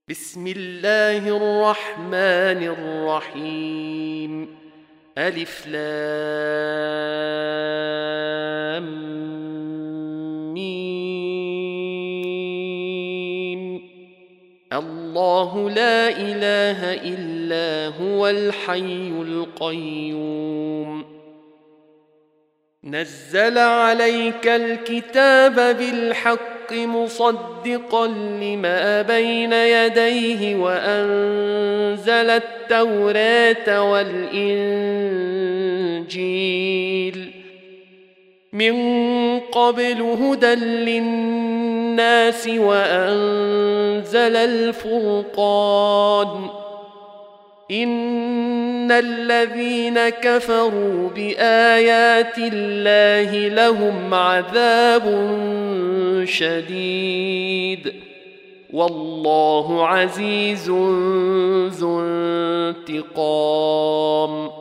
بسم الله الرحمن الرحيم. ألف لام ميم. الله لا إله إلا هو الحي القيوم. نزل عليك الكتاب بالحق مصدقا لما بين يديه وأنزل التوراة والإنجيل من قبل هدى للناس وأنزل الفرقان. إن الذين كفروا بآيات الله لهم عذاب شديد والله عزيز ذو انتقام.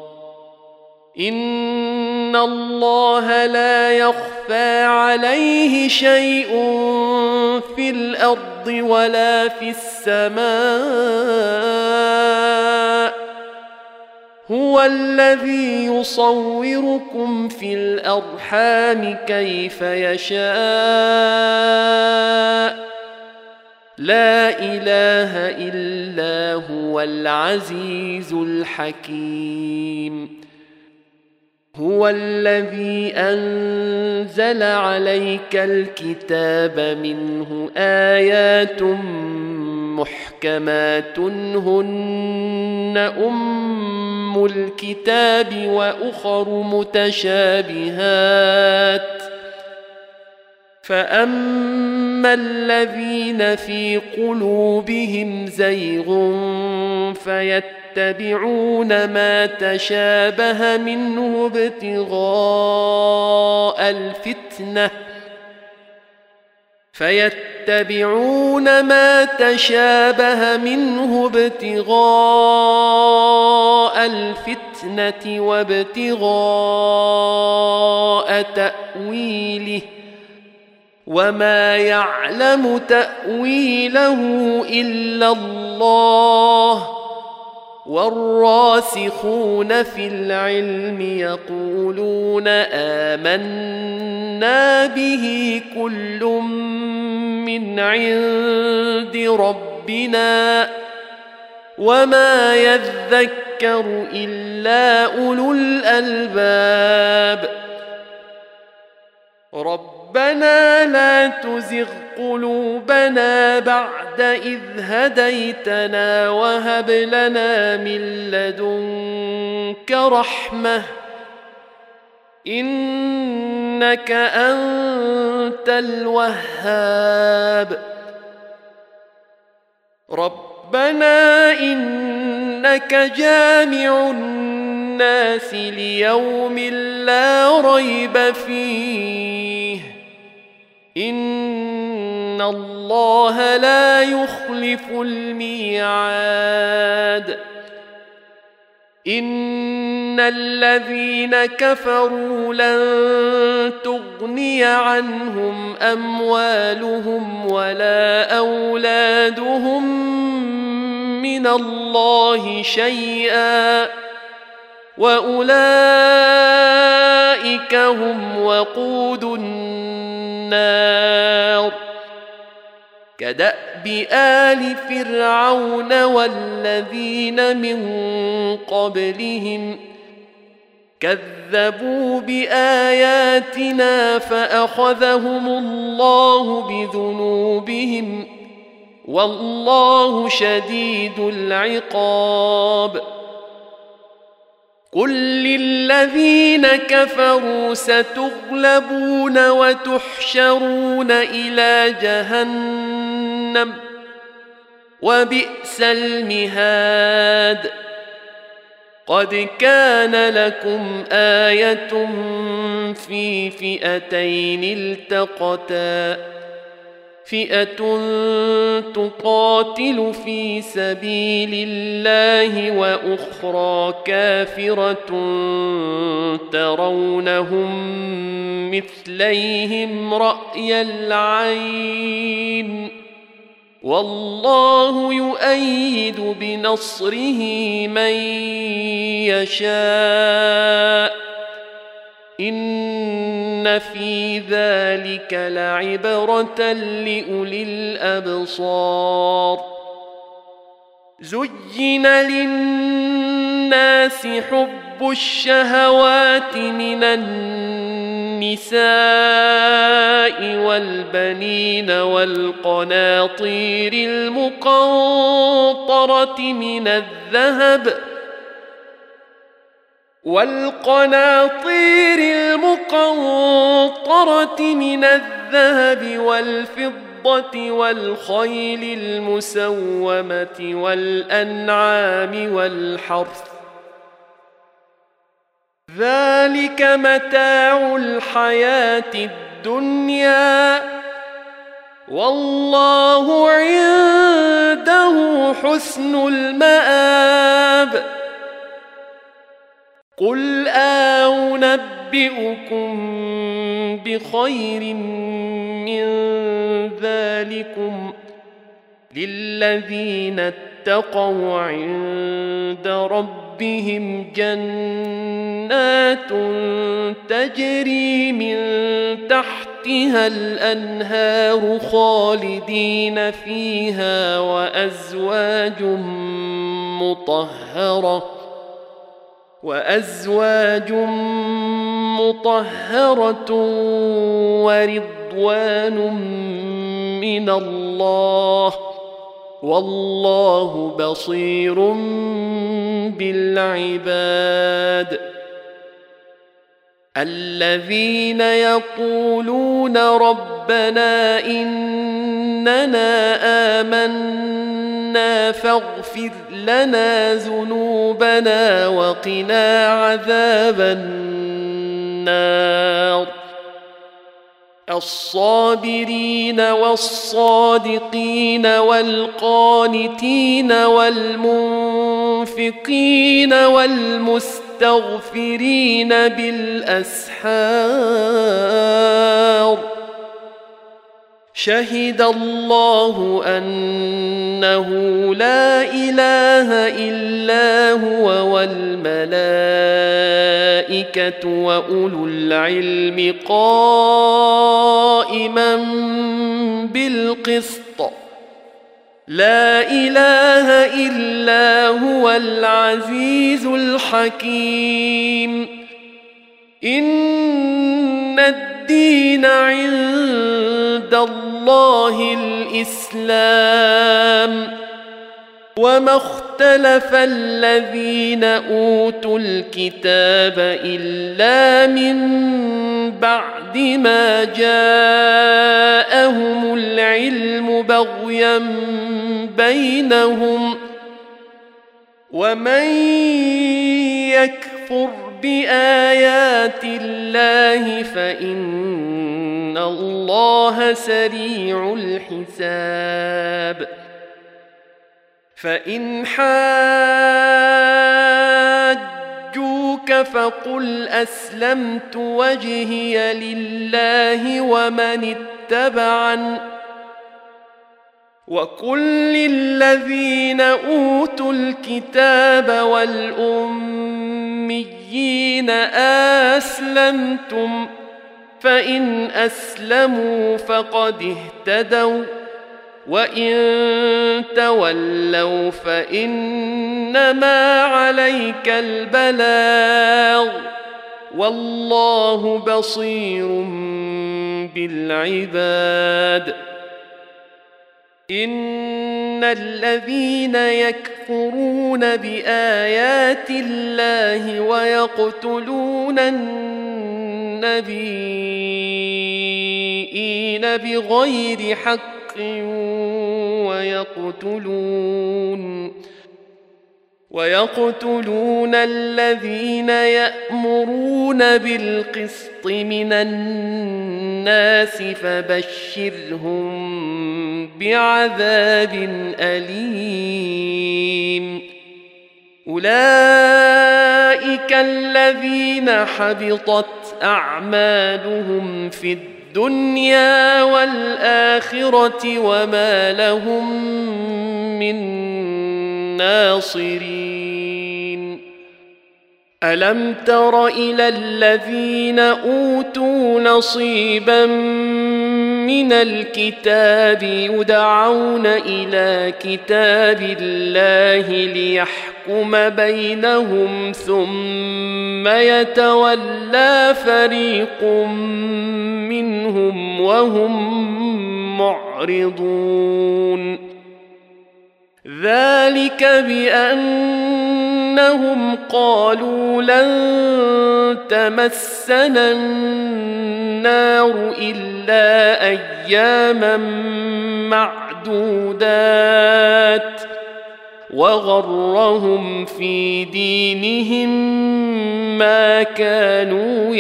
إن الله لا يخفى عليه شيء في الأرض ولا في السماء. هو الذي يصوركم في الأرحام كيف يشاء. لا إله إلا هو العزيز الحكيم. هو الذي أنزل عليك الكتاب منه آيات محكمات هن أم الكتاب وأخر متشابهات. فأما الذين في قلوبهم زيغ فيتبعون ما تشابه منه ابتغاء الفتنة وابتغاء تأويله وما يعلم تأويله إلا الله. والراسخون في العلم يقولون آمنا به كل من عند ربنا وما يذكر إلا أولو الألباب. ربنا لا تزغ قلوبنا بعد إذ هديتنا وهب لنا من لدنك رحمة إنك أنت الوهاب. ربنا إنك جامع الناس ليوم لا ريب فيه إن الله لا يخلف الميعاد. إن الذين كفروا لن تغني عنهم أموالهم ولا أولادهم من الله شيئا وأولئك هم وقود النار. كدأب آل فرعون والذين من قبلهم كذبوا بآياتنا فأخذهم الله بذنوبهم والله شديد العقاب. قل للذين كفروا ستغلبون وتحشرون إلى جهنم وبئس المهاد. قد كان لكم آية في فئتين التقتا فئة تقاتل في سبيل الله وأخرى كافرة ترونهم مثليهم رأي العين والله يؤيد بنصره من يشاء إن في ذلك لعبرة لأولي الأبصار زين للناس حب الشهوات من النساء والبنين والقناطير المقنطرة من الذهب والفضة والخيل المسومة والأنعام والحرث ذلك متاع الحياة الدنيا والله عنده حسن المآب قل أنبئكم بخير من ذلكم للذين اتقوا عند ربهم جنات تجري من تحتها الأنهار خالدين فيها وأزواج مطهرة ورضوان من الله والله بصير بالعباد الذين يقولون ربنا إننا آمنا فاغفر لنا ذنوبنا وقنا عذاب النار الصابرين والصادقين والقانتين والمنفقين والمستغفرين بالأسحار شهد الله أنه لا إله إلا هو والملائكة وأولو العلم قائما بالقسط لا إله إلا هو العزيز الحكيم إن الدين عند الله الإسلام وما اختلف الذين أوتوا الكتاب إلا من بعد ما جاءهم العلم بغيا بينهم ومن يكفر بآيات الله فإن الله سريع الحساب فإن حاجوك فقل أسلمت وجهي لله ومن اتبعن وقل للذين أوتوا الكتاب والأميين أسلمتم فإن أسلموا فقد اهتدوا وإن تولوا فإنما عليك البلاغ والله بصير بالعباد إن الذين يكفرون بآيات الله ويقتلون النبيين بغير حق ويقتلون الذين يأمرون بالقسط من الناس فبشرهم بعذاب أليم أولئك الذين حبطت أعمالهم في الدنيا الدنيا والآخرة وما لهم من ناصرين. ألم تر إلى الذين أوتوا نصيبا من الكتاب يدعون إلى كتاب الله ليحكم بينهم ثم يتولى فريق منهم وهم معرضون. ذلك بأنهم قالوا لن تمسنا النار إلا أياما معدودات وغرهم في دينهم ما كانوا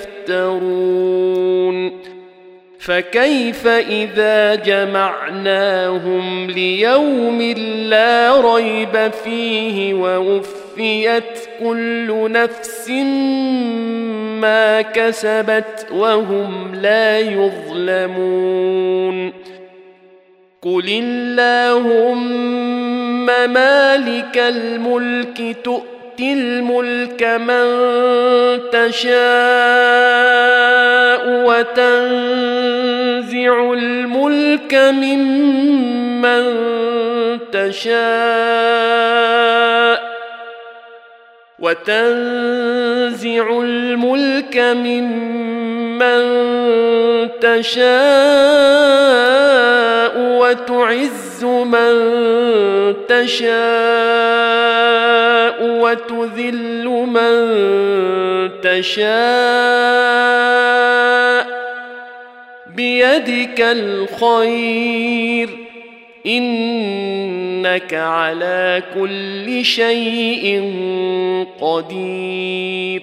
يفترون. فكيف إذا جمعناهم ليوم لا ريب فيه ووفيت كل نفس ما كسبت وهم لا يظلمون. قل اللهم مالك الملك تؤتي الملك من تشاء وتنزع الملك ممن تشاء وتعز من تشاء وتذل من تشاء بيدك الخير إنك على كل شيء قدير.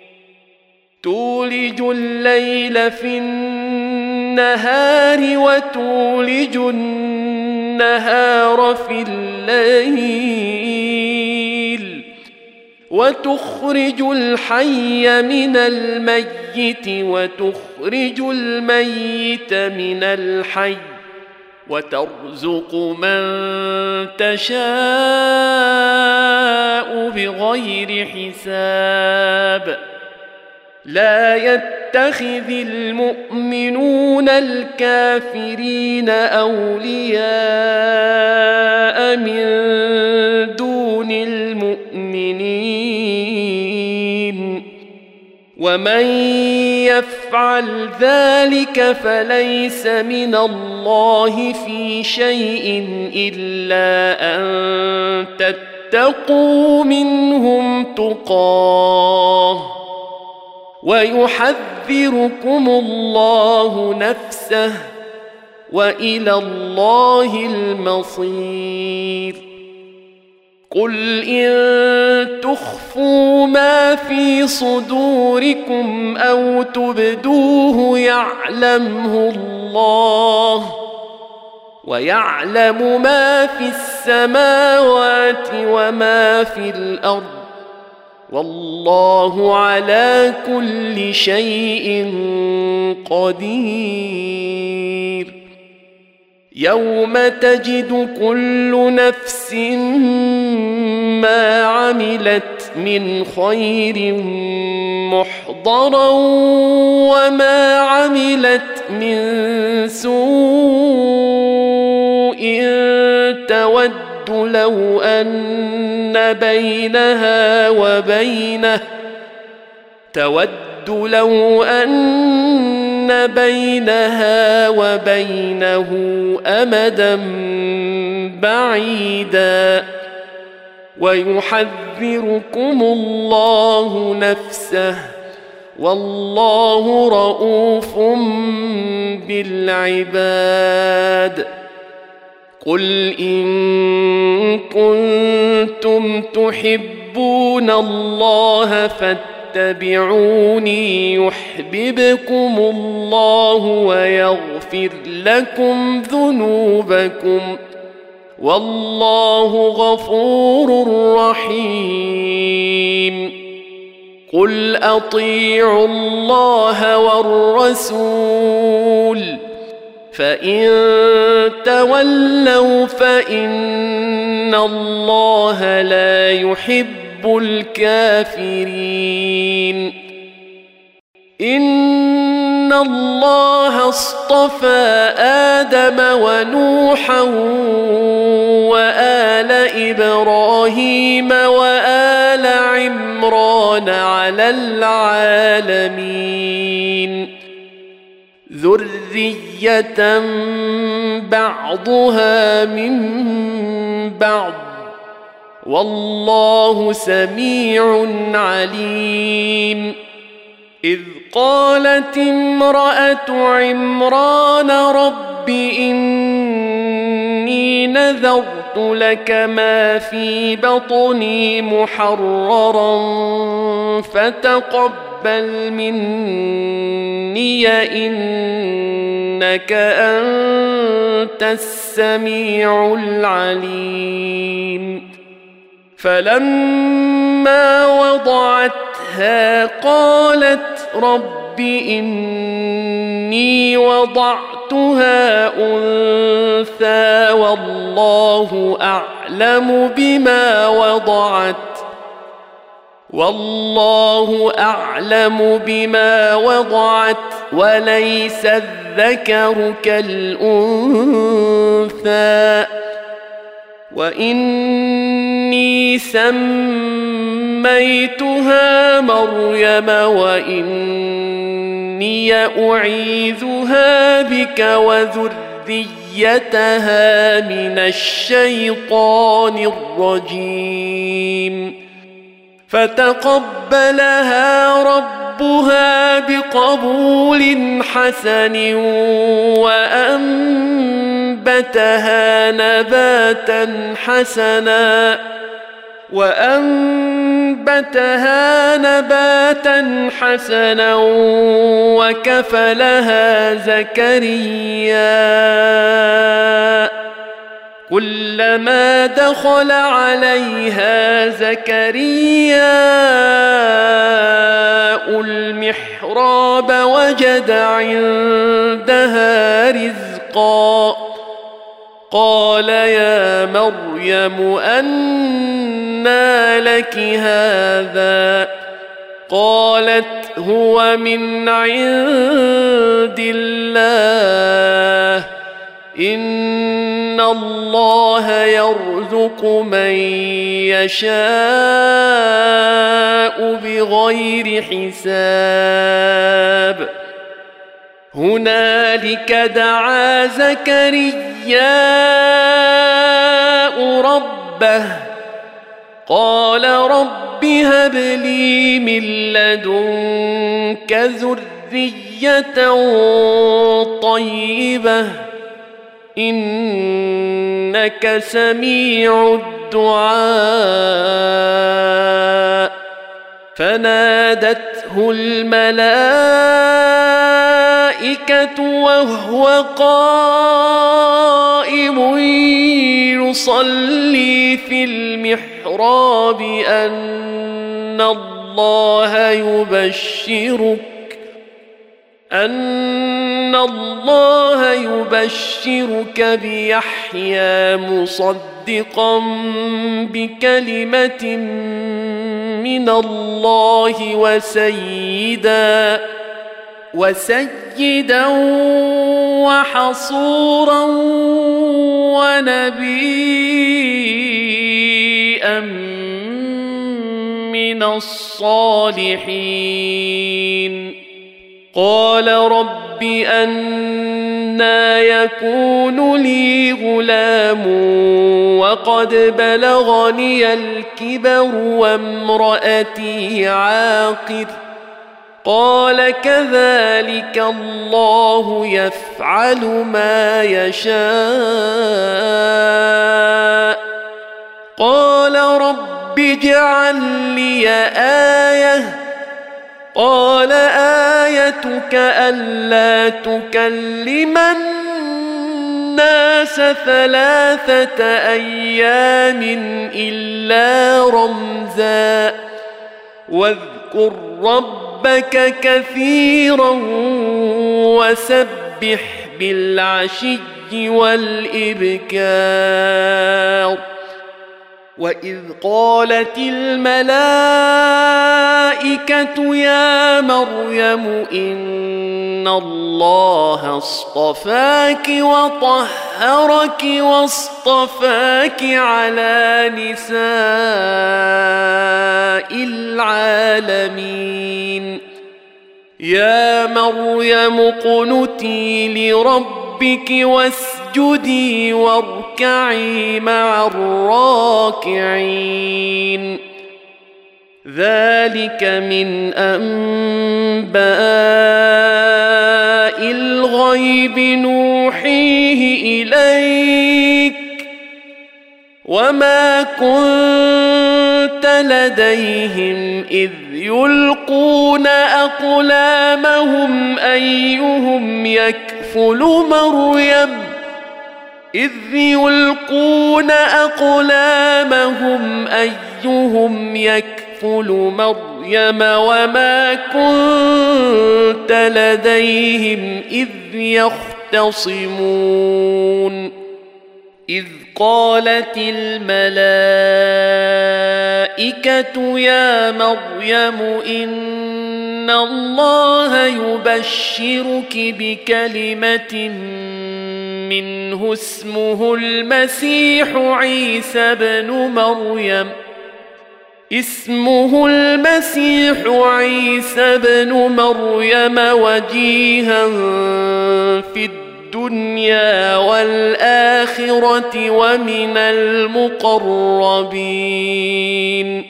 تولج الليل في النهار وتولج النهار في الليل وتخرج الحي من الميت وتخرج الميت من الحي وترزق من تشاء بغير حساب. لا يتخذ المؤمنون الكافرين أولياء من دون المؤمنين ومن يفعل ذلك فليس من الله في شيء إلا أن تتقوا منهم تقاه ويحذركم الله نفسه وإلى الله المصير. قل إن تخفوا ما في صدوركم أو تبدوه يعلمه الله ويعلم ما في السماوات وما في الأرض والله على كل شيء قدير. يوم تجد كل نفس ما عملت من خير محضرا وما عملت من سوء تود لو أن بينها وبينه أمدا بعيدا ويحذركم الله نفسه والله رؤوف بالعباد. قل إن كنتم تحبون الله فاتبعوني يحببكم الله ويغفر لكم ذنوبكم والله غفور رحيم. قل أطيعوا الله والرسول فإن تولوا فإن الله لا يحب الكافرين إن الله اصطفى آدم ونوحا وآل إبراهيم وآل عمران على العالمين ذرية بعضها من بعض والله سميع عليم إذ قالت امرأة عمران رب إني نذرت لك ما في بطني محررا فتقبل مني إنك أنت السميع العليم فلما وضعتها قالت رب إني وضعتها أنثى والله أعلم بما وضعت وليس الذكر كالأنثى وإني سميتها مريم وإني أعيذها بك وذريتها من الشيطان الرجيم فتقبلها ربها بقبول حسن وأنبتها نباتا حسنا وكفلها زكريا كلما دخل عليها زكرياء المحراب وجد عندها رزقا قال يا مريم أنى لك هذا قالت هو من عند الله إن الله يرزق من يشاء بغير حساب هنالك دعا زكرياء ربه قال رب هب لي من لدنك ذرية طيبة إنك سميع الدعاء فنادته الملائكة وهو قائم يصلي في المحراب أن الله يبشرك بيحيى مصدقا بكلمة من الله وسيدا وحصورا ونبيا من الصالحين قال رب أنى يكون لي غلام وقد بلغني الكبر وامرأتي عاقر قال كذلك الله يفعل ما يشاء قال رب اجعل لي آية قال آيتك ألا تكلم الناس 3 أيام إلا رمزا واذكر ربك كثيرا وسبح بالعشي والإبكار وإذ قالت الملائكة يا مريم إن الله اصطفاك وطهرك واصطفاك على نساء العالمين يا مريم اقنتي لربك واسجدي واركعي مع الراكعين ذلك من أنباء الغيب نوحيه إليك وما كنت لديهم إذ يلقون أقلامهم أيهم يكفل مريم وما كنت لديهم إذ يختصمون إذ قالت الملائكة يا مريم إن الله يبشرك بكلمة منه اسمه المسيح عيسى بن مريم وجيها في الدنيا والآخرة ومن المقربين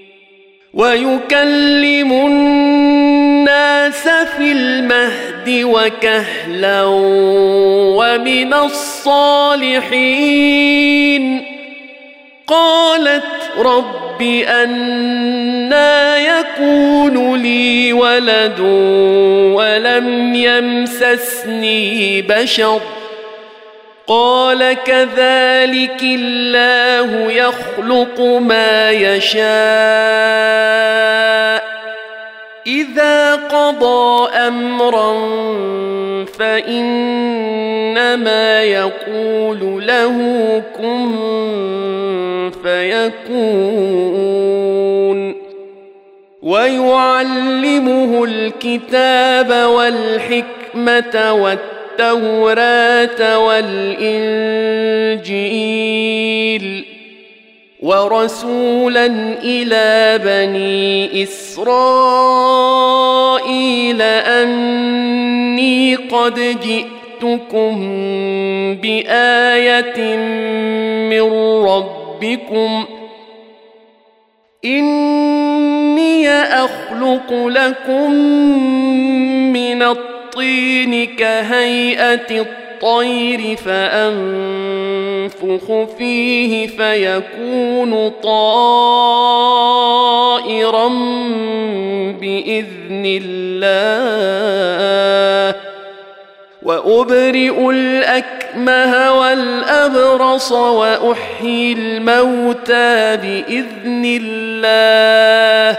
ويكلم الناس في المهد وكهلا ومن الصالحين قالت رب أنى يكون لي ولد ولم يمسسني بشر قال كذلك الله يخلق ما يشاء إذا قضى أمرا فإنما يقول له كن فيكون ويعلمه الكتاب والحكمة والتوراة والإنجيل ورسولا إلى بني إسرائيل أني قد جئتكم بآية من ربكم إني أخلق لكم من الطين كهيئة الطير فأنفخ فيه فيكون طائرا بإذن الله وأبرئ الأكمه والأبرص وأحيي الموتى بإذن الله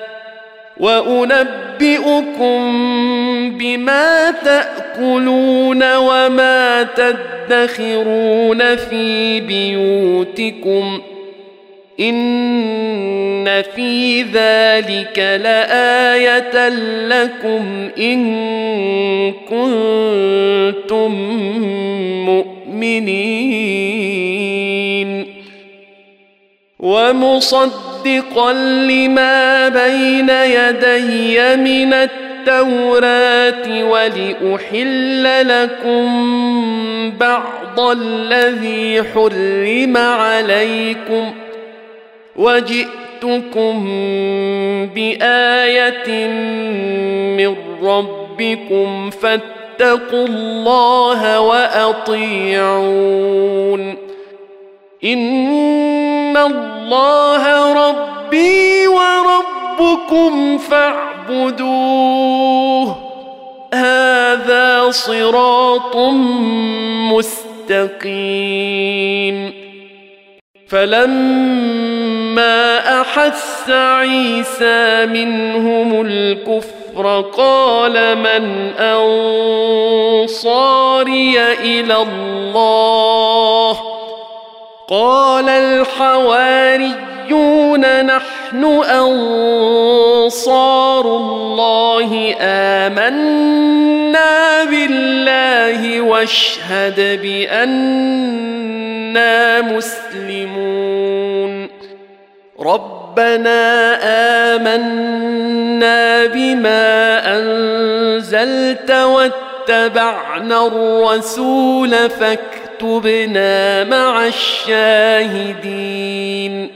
وأنبئكم بما تأكلون وما تدخرون في بيوتكم إن في ذلك لآية لكم إن كنتم مؤمنين ومصدقا لما بين يدي من التوراة ولأحل لكم بعض الذي حرم عليكم وجئتكم بآية من ربكم فاتقوا الله وأطيعون إن الله ربي وربكم فاعبدوه هذا صراط مستقيم فلما فلما أحس عيسى منهم الكفر قال من أنصاري إلى الله قال الحواريون نحن أنصار الله آمنا بالله واشهد بأننا مسلمون ربنا آمنا بما أنزلت واتبعنا الرسول فاكتبنا مع الشاهدين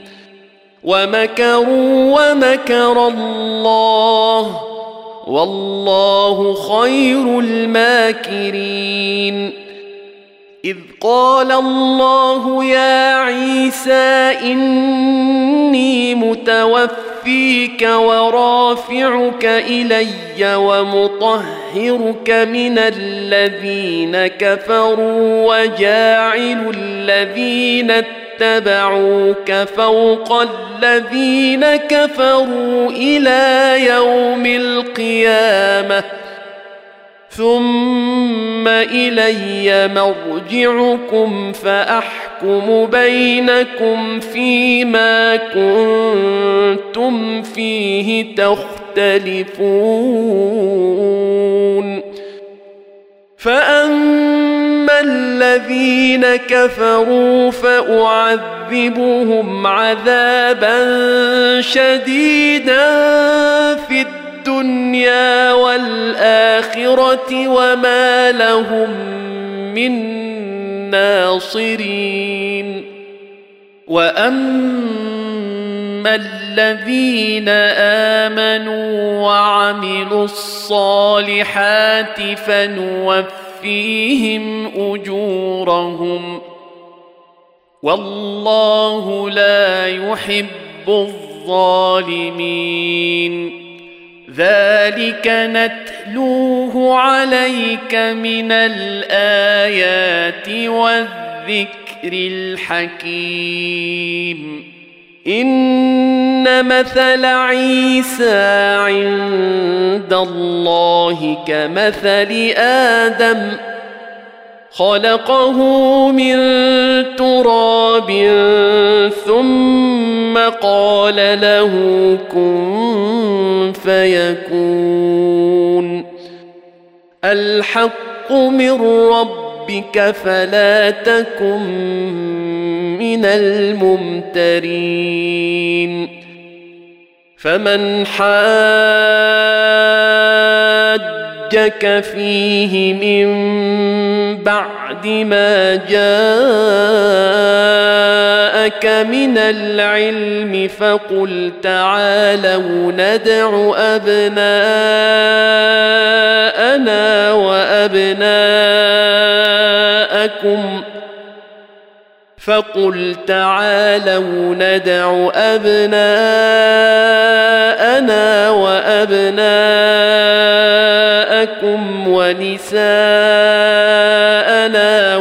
ومكروا ومكر الله والله خير الماكرين إذ قال الله يا عيسى إني متوفيك ورافعك إلي ومطهرك من الذين كفروا وجاعل الذين اتبعوك فوق الذين كفروا إلى يوم القيامة ثم إلي مرجعكم فأحكم بينكم فيما كنتم فيه تختلفون فأما الذين كفروا فأعذبهم عذابا شديدا في الدنيا والآخرة وما لهم من ناصرين وأما الذين آمنوا وعملوا الصالحات فنوفيهم أجورهم والله لا يحب الظالمين ذلك نتلوه عليك من الآيات والذكر الحكيم إن مثل عيسى عند الله كمثل آدم خلقه من تراب ثم قال له كن فيكون الحق من ربك فلا تكن من الممترين فمن حاجك فيه من بعد ما جاءك من العلم فقل تعالوا ندع أبناءنا وأبناءكم ونساءنا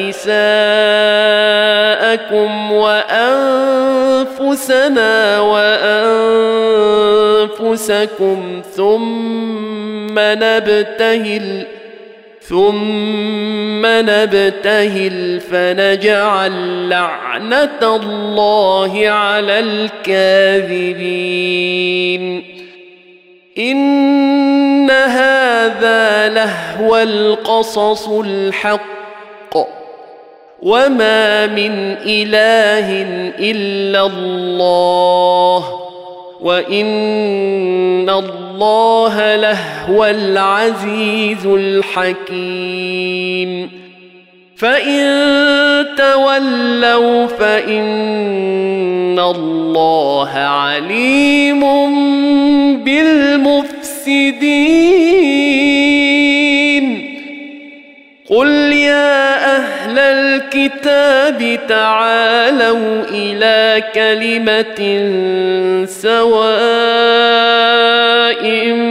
ونساءكم وأنفسنا وأنفسكم ثم نبتهل فنجعل لعنة الله على الكاذبين إن هذا لهو القصص الحق وما من إله إلا الله وإن الله لهو العزيز الحكيم فإن تولوا فإن الله عليم بالمفسدين قل يا أهل الكتاب تعالوا إلى كلمة سواء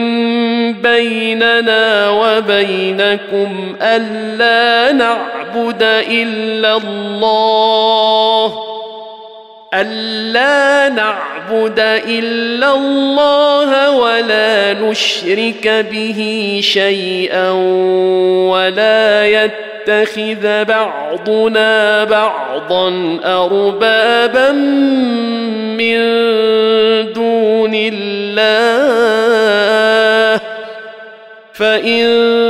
بيننا وبينكم ألا نعبد إلا الله ألا نعبد إلا الله ولا نشرك به شيئا ولا يتخذ بعضنا بعضا أربابا من دون الله فإن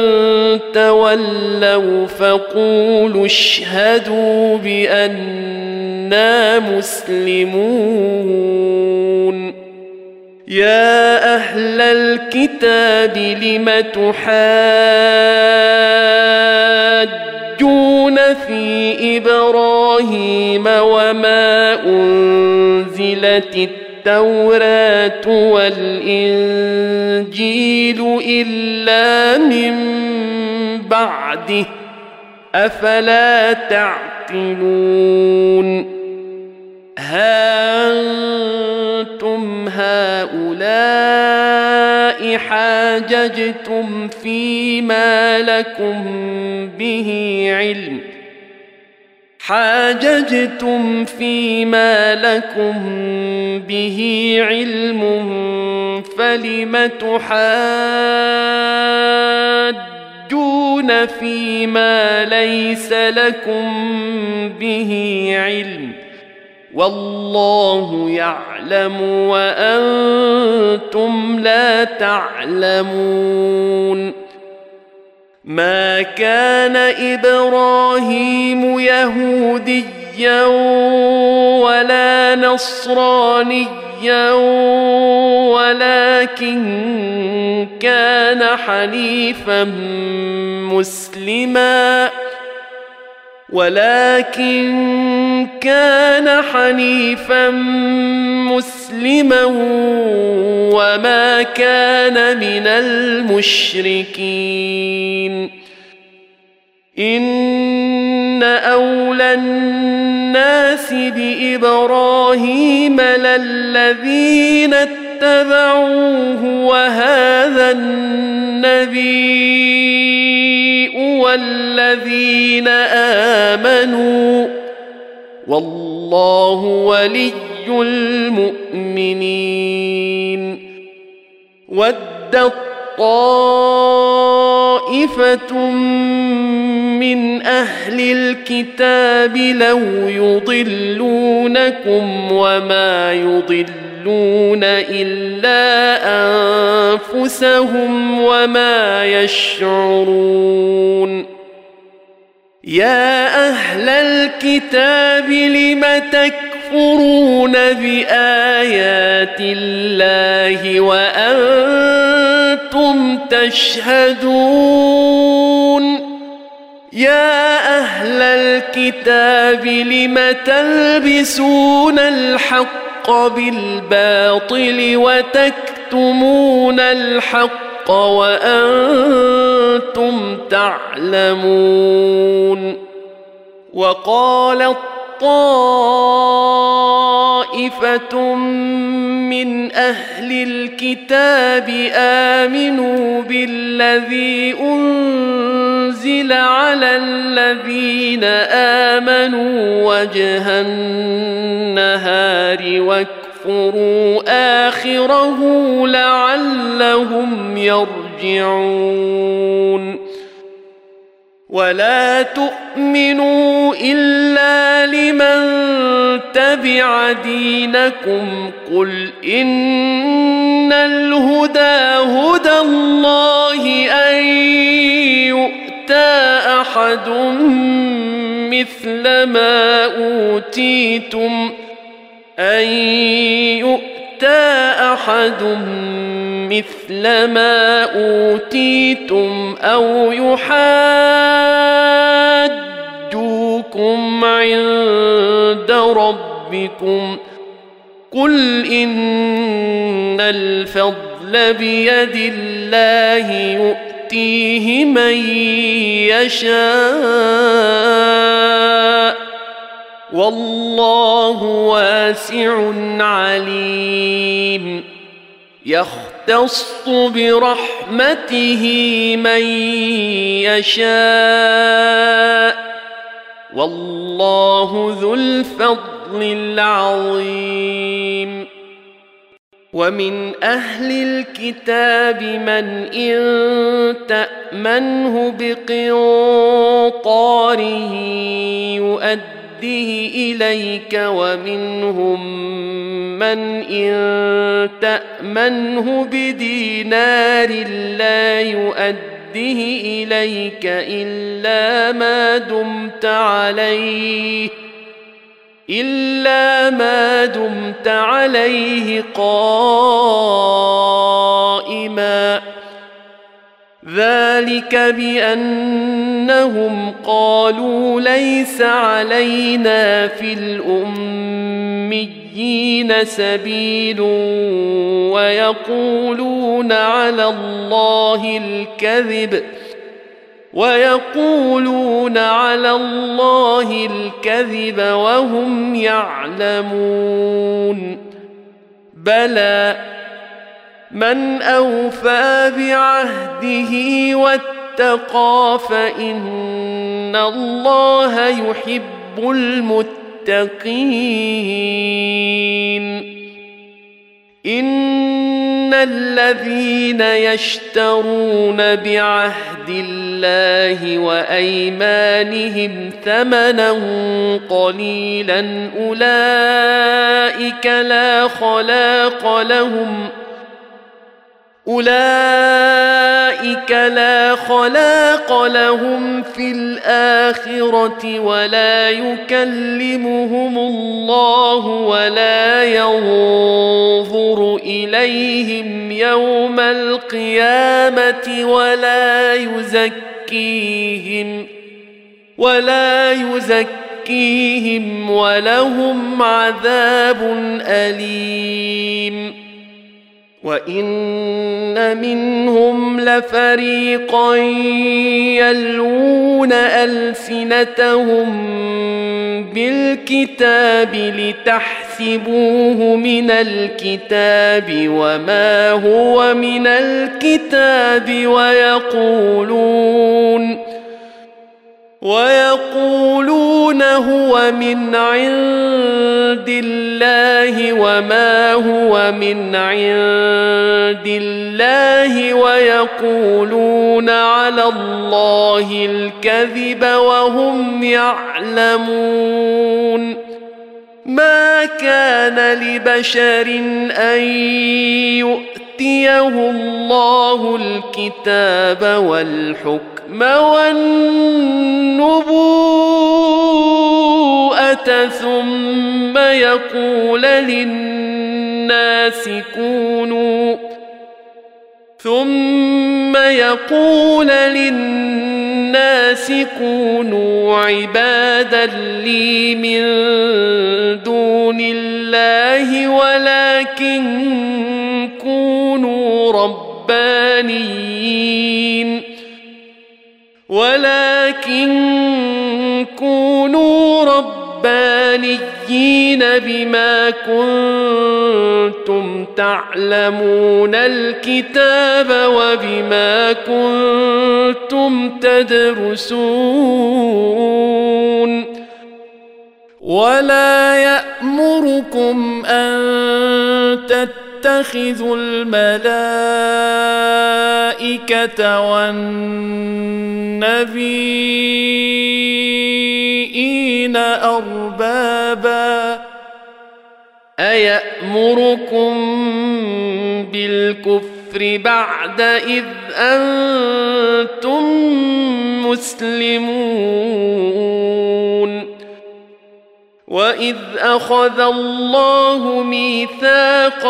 تولوا فقولوا اشهدوا بأننا مسلمون يا أهل الكتاب لم تحاجون في إبراهيم وما أنزلت التوراة والإنجيل إلا من بعده أفلا تعقلون ها أنتم هؤلاء حاججتم فيما لكم به علم فلم تحاجون فيما ليس لكم به علم والله يعلم وأنتم لا تعلمون ما كان إبراهيم يهوديا ولا نصرانيا ولكن كان حنيفا مسلما وما كان من المشركين إن أولى الناس بإبراهيم للذين اتبعوه وهذا النبي والذين آمنوا والله ولي المؤمنين ودت طائفة من أهل الكتاب لو يضلونكم وما يضلون إلا أنفسهم وما يشعرون يا أهل الكتاب لم تكفرون بآيات الله وأنتم تشهدون يا أهل الكتاب لم تلبسون الحق بالباطل وتكتمون الحق وأنتم تعلمون وقالت طائفة من أهل الكتاب آمنوا بالذي أنزل على الذين آمنوا وجه النهار واكفروا آخره لعلهم يرجعون ولا تؤمنوا إلا لمن تبع دينكم قل إن الهدى هدى الله أن يؤتى أحد مثل ما أوتيتم أو يحاجوكم عند ربكم قل إن الفضل بيد الله يؤتيه من يشاء والله واسع عليم يختص برحمته من يشاء والله ذو الفضل الفضل العظيم. ومن أهل الكتاب من إن تأمنه بقنطاره يؤده إليك ومنهم من إن تأمنه بدينار لا يؤده إليك إلا ما دمت عليه قائما. ذلك بأنهم قالوا ليس علينا في الأميين سبيل ويقولون على الله الكذب وهم يعلمون. بلى من أوفى بعهده واتقى فإن الله يحب المتقين. إن الذين يشترون بعهد الله وأيمانهم ثمنا قليلا أولئك لا خلاق لهم في الآخرة ولا يكلمهم الله ولا ينظر إليهم يوم القيامة ولا يزكيهم ولهم عذاب أليم. وإن منهم لفريقا يلوون ألسنتهم بالكتاب لتحسبوه من الكتاب وما هو من الكتاب ويقولون هو من عند الله وما هو من عند الله ويقولون على الله الكذب وهم يعلمون. ما كان لبشر أن يؤتيه الله الكتاب والحكم والنبوءة ثم يقول للناس كونوا عبادا لي من دون الله ولكن كونوا ربانيين بما كنتم تعلمون الكتاب وبما كنتم تدرسون. ولا يأمركم أن تتخذوا الملائكة والنبيين أربابا أيأمركم بالكفر بعد إذ أنتم مسلمون. وإذ أخذ الله ميثاق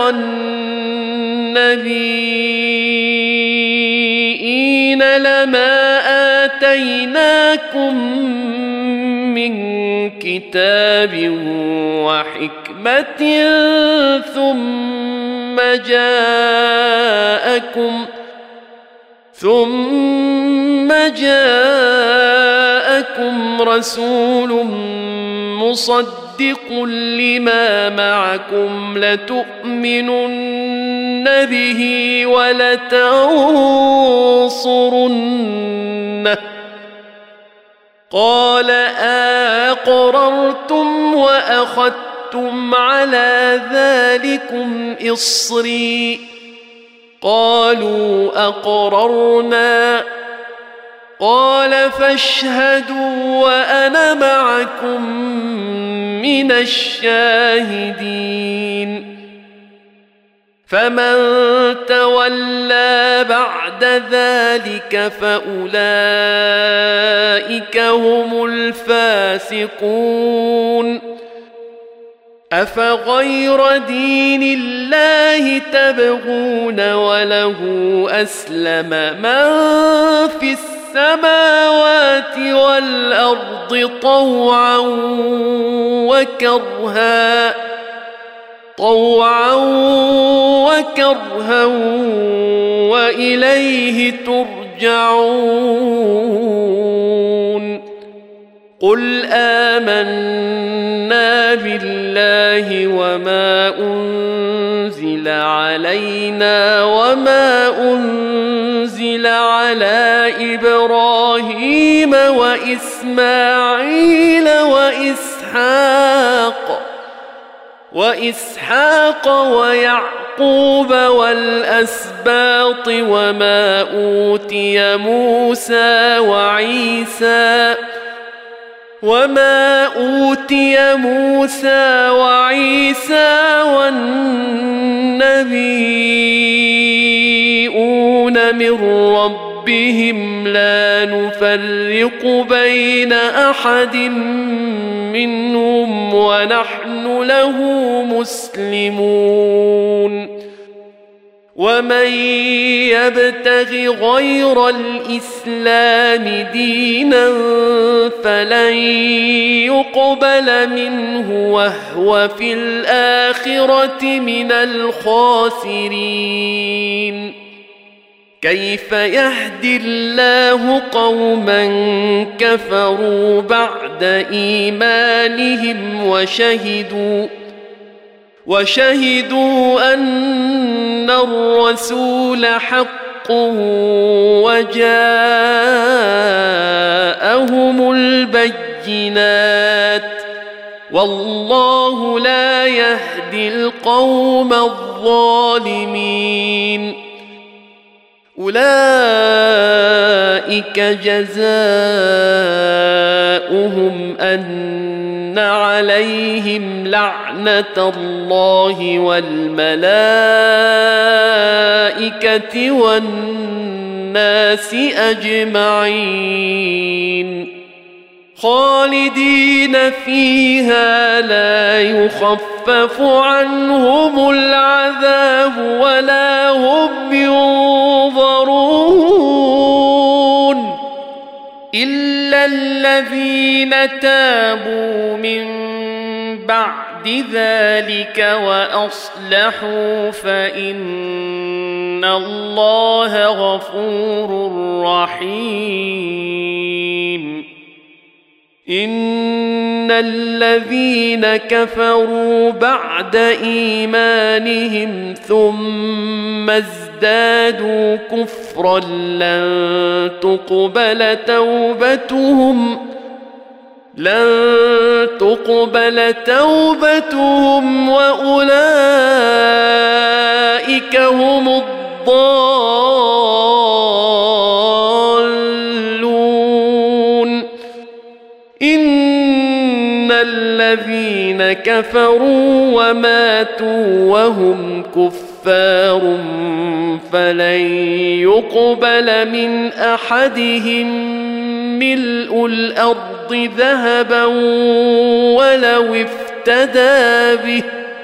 النبيين لما آتيناكم من كتاب وحكمة ثم جاءكم رسول مصدق لما معكم لتؤمنن به ولتنصرنه قال أقررتم وأخذتم أخذتم على ذلكم إصري قالوا أقررنا قال فاشهدوا وأنا معكم من الشاهدين فمن تولى بعد ذلك فأولئك هم الفاسقون أفغير دين الله تبغون وله أسلم من في السماوات والأرض طوعا وكرها وإليه ترجعون قل آمنا بالله وما أنزل علينا وما أنزل على إبراهيم وإسحاق ويعقوب والأسباط وما أوتي موسى وعيسى والنبيون من ربهم لا نفرق بين أحد منهم ونحن له مسلمون ومن يبتغ غير الإسلام دينا فلن يقبل منه وهو في الآخرة من الخاسرين كيف يهدي الله قوما كفروا بعد إيمانهم وشهدوا أن الرسول حق وجاءهم البينات والله لا يهدي القوم الظالمين أولئك جزاؤهم أن عليهم لعنة الله والملائكة والناس أجمعين خالدين فيها لا يخفف عنهم العذاب ولا هم ينظرون إلا الذين تابوا من بعد ذلك وأصلحوا فإن الله غفور رحيم إن الذين كفروا بعد إيمانهم ثم ازدادوا كفرا لن تقبل توبتهم وأولئك هم الضالون إن الذين كفروا وماتوا وهم كفار فلن يقبل من أحدهم ملء الأرض ذهبا ولو افتدى به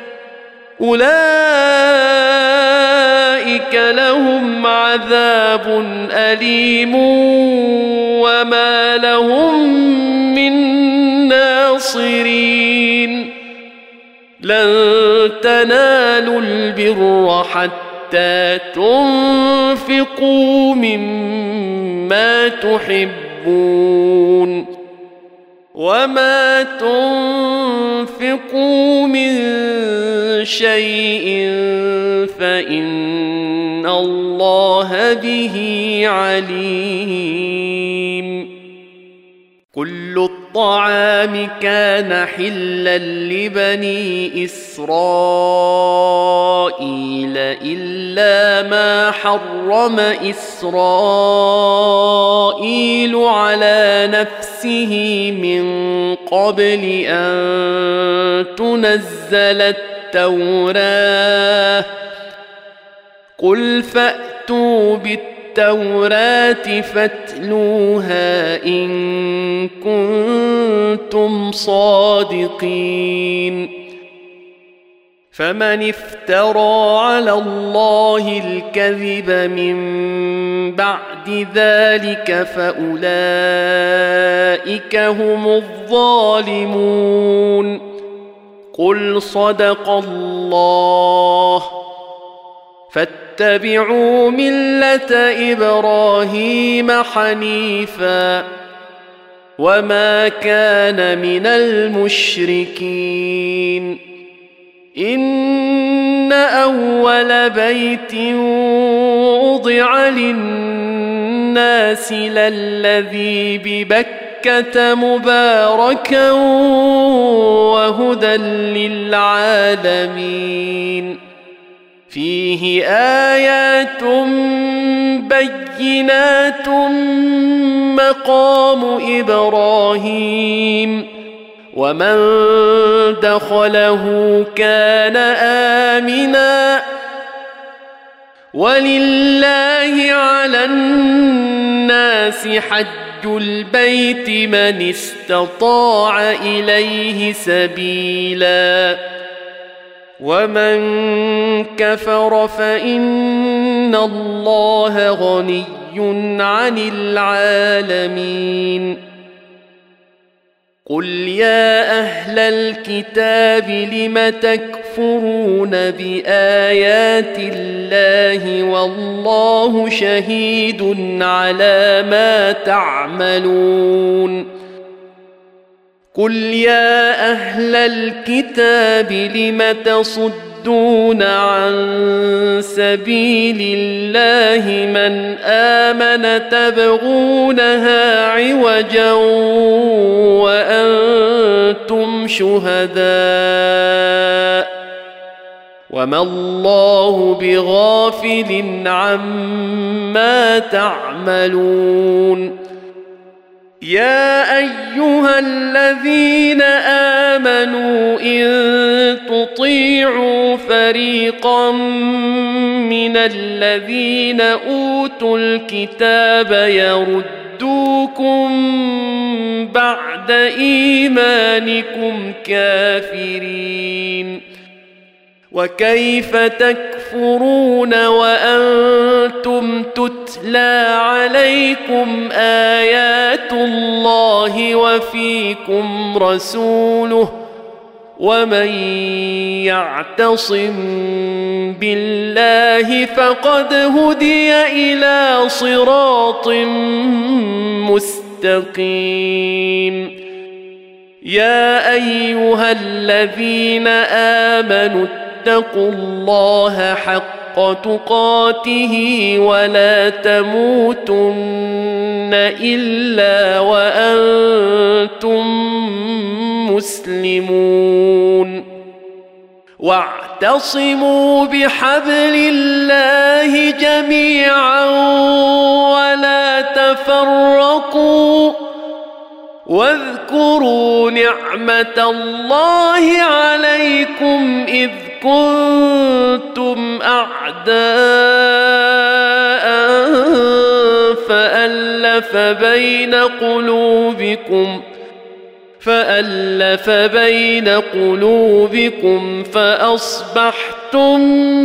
أولئك لهم عذاب أليم وما لهم من ناصرين لن تنالوا البر حتى تنفقوا مما تحبون وما تنفقوا من شيء فإن الله به عليم كل الطعام كان حلا لبني إسرائيل إلا ما حرم إسرائيل على نفسه من قبل أن تنزل التوراة قل فأتوا بالتوراة فاتلوها إن كنتم صادقين فمن افترى على الله الكذب من بعد ذلك فأولئك هم الظالمون قل صدق الله فاتبعوا ملة إبراهيم حنيفا وما كان من المشركين إن أول بيت وضع للناس للذي ببكة مباركا وهدى للعالمين فيه آيات بينات مقام إبراهيم ومن دخله كان آمنا ولله على الناس حج البيت من استطاع إليه سبيلا ومن كفر فإن الله غني عن العالمين قل يا أهل الكتاب لم تكفرون بآيات الله والله شهيد على ما تعملون قل يا أهل الكتاب لم تصدون عن سبيل الله من آمن تبغونها عوجا وأنتم شهداء وما الله بغافل عما تعملون يا أيها الذين آمنوا إن تطيعوا فريقا من الذين أوتوا الكتاب يردوكم بعد إيمانكم كافرين وكيف تكفرون وأنتم تتلى عليكم آيات الله وفيكم رسوله ومن يعتصم بالله فقد هدي إلى صراط مستقيم يا أيها الذين آمنوا اتقوا الله حق تقاته ولا تموتن إلا وأنتم مسلمون واعتصموا بحبل الله جميعا ولا تفرقوا واذكروا نعمة الله عليكم إذ كنتم أعداء فألف بين قلوبكم فأصبحتم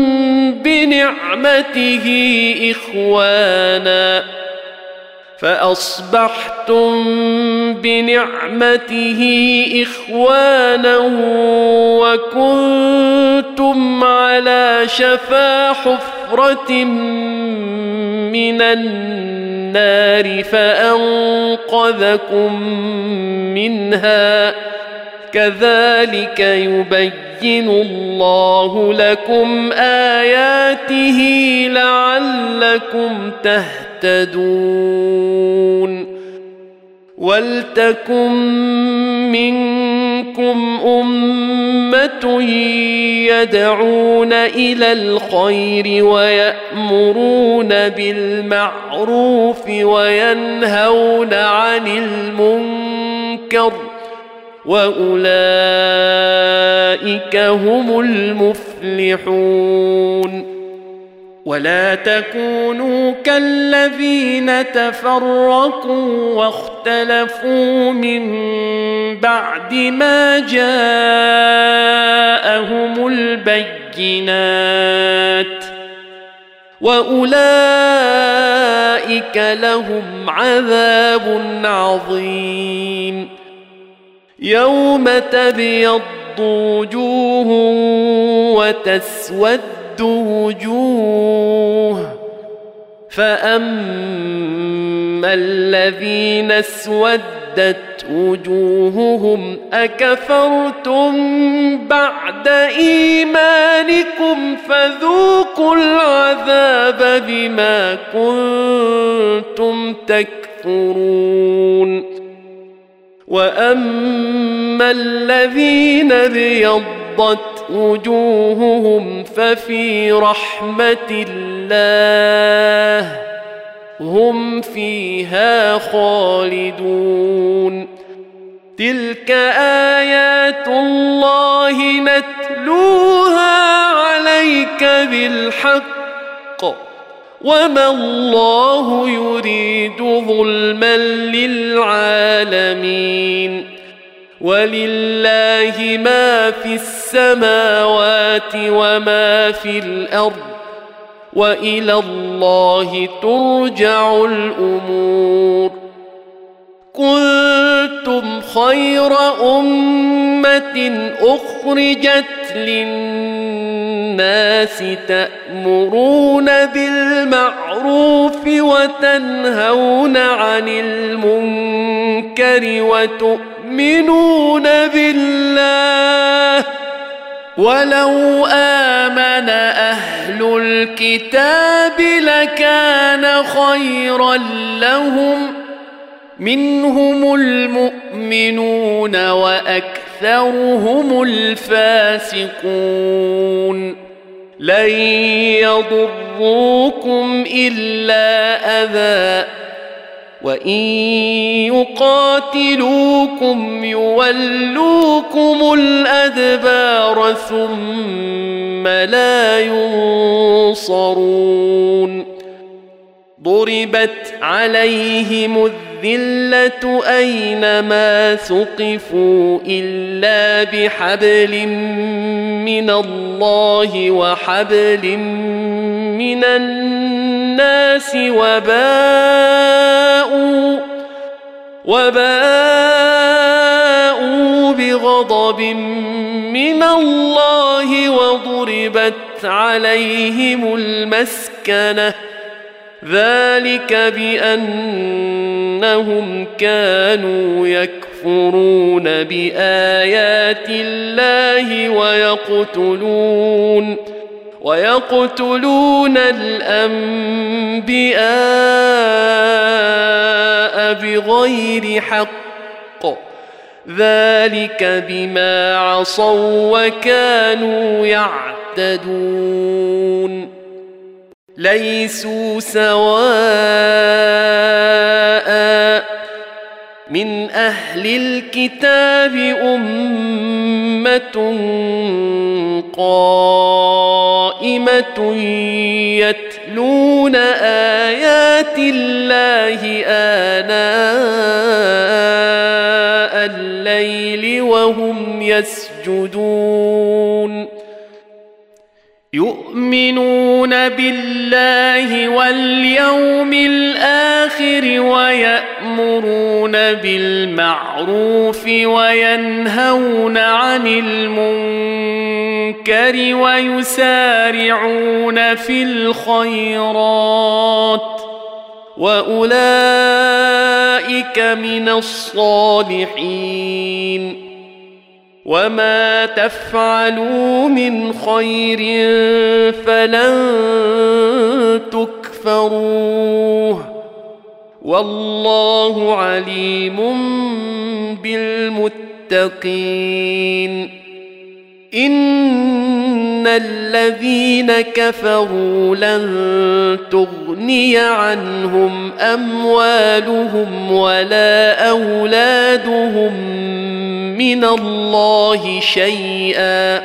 بنعمته إخوانا وكنتم على شفا حفرة من النار فأنقذكم منها كذلك يبين الله لكم آياته لعلكم تهتدون ولتكن منكم أمة يدعون إلى الخير ويأمرون بالمعروف وينهون عن المنكر وأولئك هم المفلحون. ولا تكونوا كالذين تفرقوا واختلفوا من بعد ما جاءهم البينات وأولئك لهم عذاب عظيم. يوم تبيض وجوه وتسود وجوه، فأما الذين اسودت وجوههم أكفرتم بعد إيمانكم فذوقوا العذاب بما كنتم تكفرون. وأما الذين ابيضت وجوههم ففي رحمة الله هم فيها خالدون. تلك آيات الله نتلوها عليك بالحق وما الله يريد ظلما للعالمين. ولله ما في السماوات وما في الأرض وإلى الله ترجع الأمور. كنتم خير أمة أخرجت للناس تأمرون بالمعروف وتنهون عن المنكر وتؤمنون بالله. ولو آمن أهل الكتاب لكان خيرا لهم منهم المؤمنون وأكثرهم الفاسقون. لن يضروكم إلا أذى وإن يقاتلوكم يولوكم الأدبار ثم لا ينصرون. ضربت عليهم الذلة أينما ثقفوا إلا بحبل من الله وحبل من الناس وباءوا بغضب من الله وضربت عليهم المسكنة ذلك بأنهم كانوا يكفرون بآيات الله ويقتلون الأنبياء بغير حق ذلك بما عصوا وكانوا يعتدون. ليسوا سواء من أهل الكتاب أمة قائمة يتلون آيات الله آناء الليل وهم يسجدون. يؤمنون بالله واليوم الآخر ويأمرون بالمعروف وينهون عن المنكر ويسارعون في الخيرات وأولئك من الصالحين. وما تفعلوا من خير فلن تكفروه والله عليم بالمتقين. إن الذين كفروا لن تغني عنهم أموالهم ولا أولادهم من الله شيئا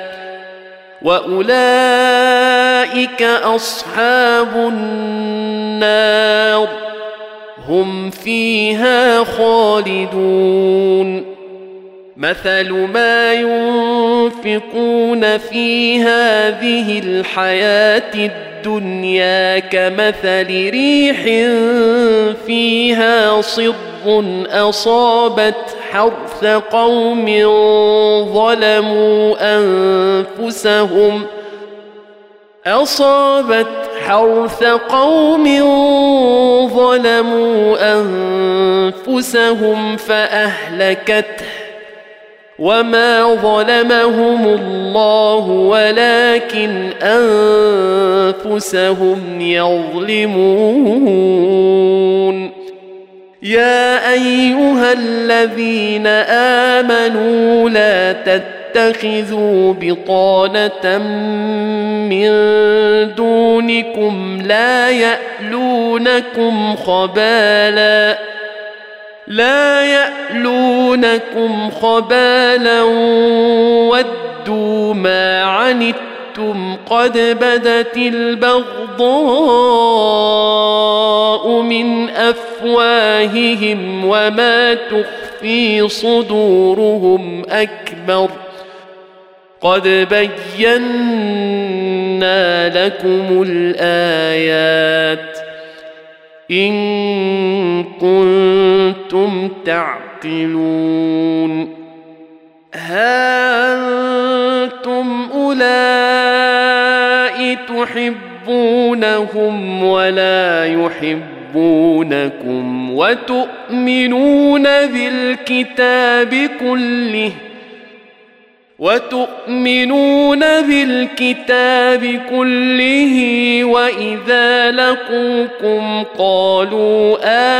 وأولئك أصحاب النار هم فيها خالدون. مثل ما ينفقون في هذه الحياة الدنيا كمثل ريح فيها صر أصابت حرث قوم ظلموا أنفسهم فأهلكته وما ظلمهم الله ولكن أنفسهم يظلمون. يا أيها الذين آمنوا لا تتخذوا بطانة من دونكم لا يألونكم خبالا ودوا ما عنتم قد بدت البغضاء من أفواههم وما تخفي صدورهم أكبر قد بينا لكم الآيات إن كنتم تعقلون. ها أنتم أولئك تحبونهم ولا يحبونكم وتؤمنون بالكتاب كله وإذا لقوكم قالوا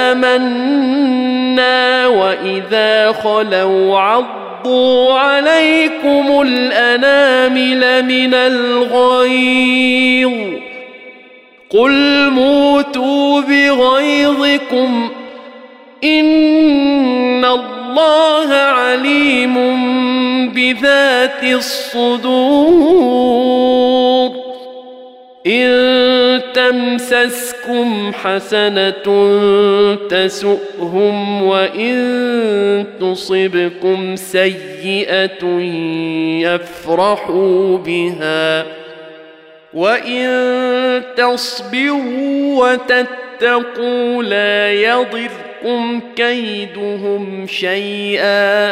آمنا وإذا خلوا عضوا عليكم الأنامل من الغيظ قل موتوا بغيظكم إن الله عليم بذات الصدور. إن تمسسكم حسنة تسؤهم وإن تصبكم سيئة يفرحوا بها وإن تصبروا وتتقوا لا يضركم كيدهم شيئا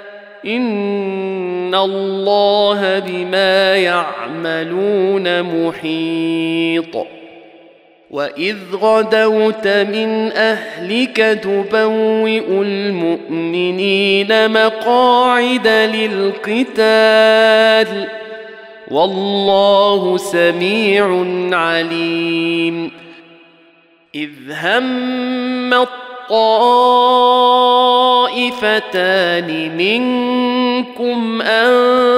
إن الله بما يعملون محيط. وإذ غدوت من أهلك تبوئ المؤمنين مقاعد للقتال والله سميع عليم. إذ هم الطائفتان منكم أن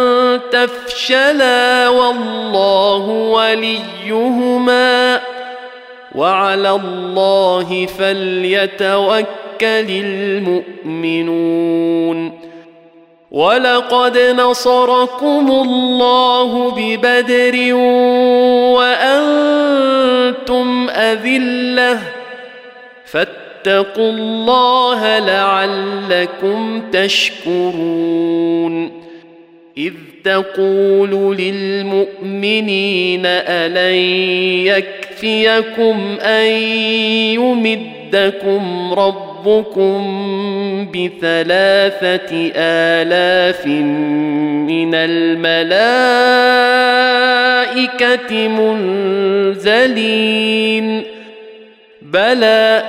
تفشلا والله وليهما وعلى الله فليتوكل المؤمنون. ولقد نصركم الله ببدر وأنتم أذلة فاتقوا الله لعلكم تشكرون. إذ تقول للمؤمنين ألن يكفيكم أن يمدكم ربكم ب3,000 من الملائكة منزلين بلى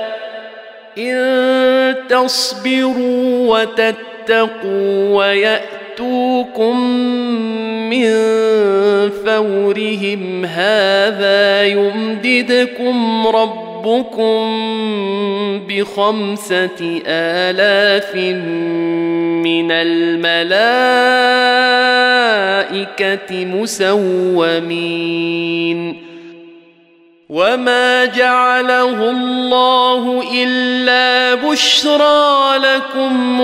إن تصبروا وتتقوا ويأتوكم من فورهم هذا يمددكم ربكم ربكم ب5,000 من الملائكة مسومين وما جعله الله إلا بشرى لكم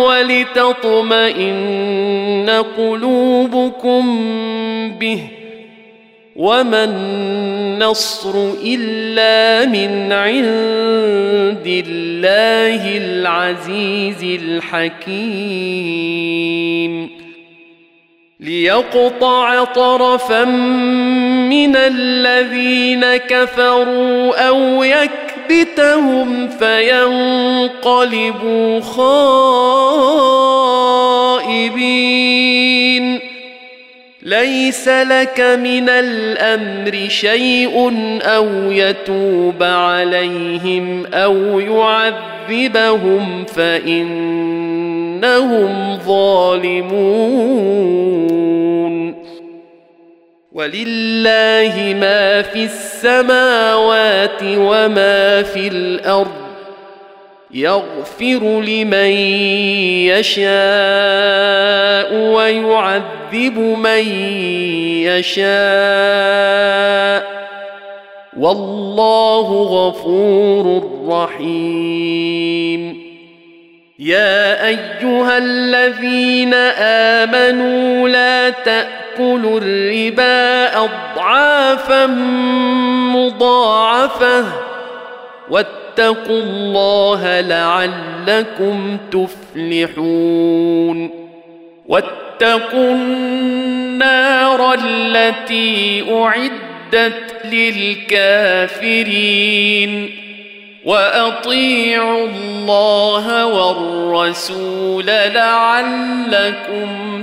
ولتطمئن قلوبكم به وما النصر إلا من عند الله العزيز الحكيم ليقطع طرفا من الذين كفروا أو يكبتهم فينقلبوا خائبين ليس لك من الأمر شيء أو يتوب عليهم أو يعذبهم فإنهم ظالمون ولله ما في السماوات وما في الأرض يغفر لمن يشاء ويعذب من يشاء والله غفور رحيم يا أيها الذين آمنوا لا تأكلوا الربا أضعافا مضاعفة واتقوا الله لعلكم تفلحون واتقوا النار التي أعدت للكافرين وأطيعوا الله والرسول لعلكم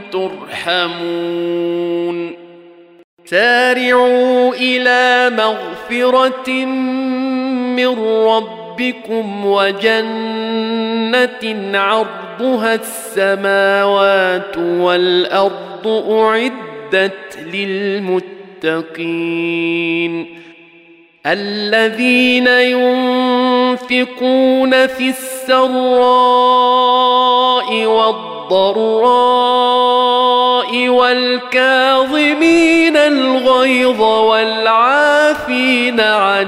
ترحمون سارعوا إلى مغفرة من ربكم وجنة عرضها السماوات والأرض أعدت للمتقين الذين ينفقون في السراء والضراء والكاظمين الغيظ والعافين عن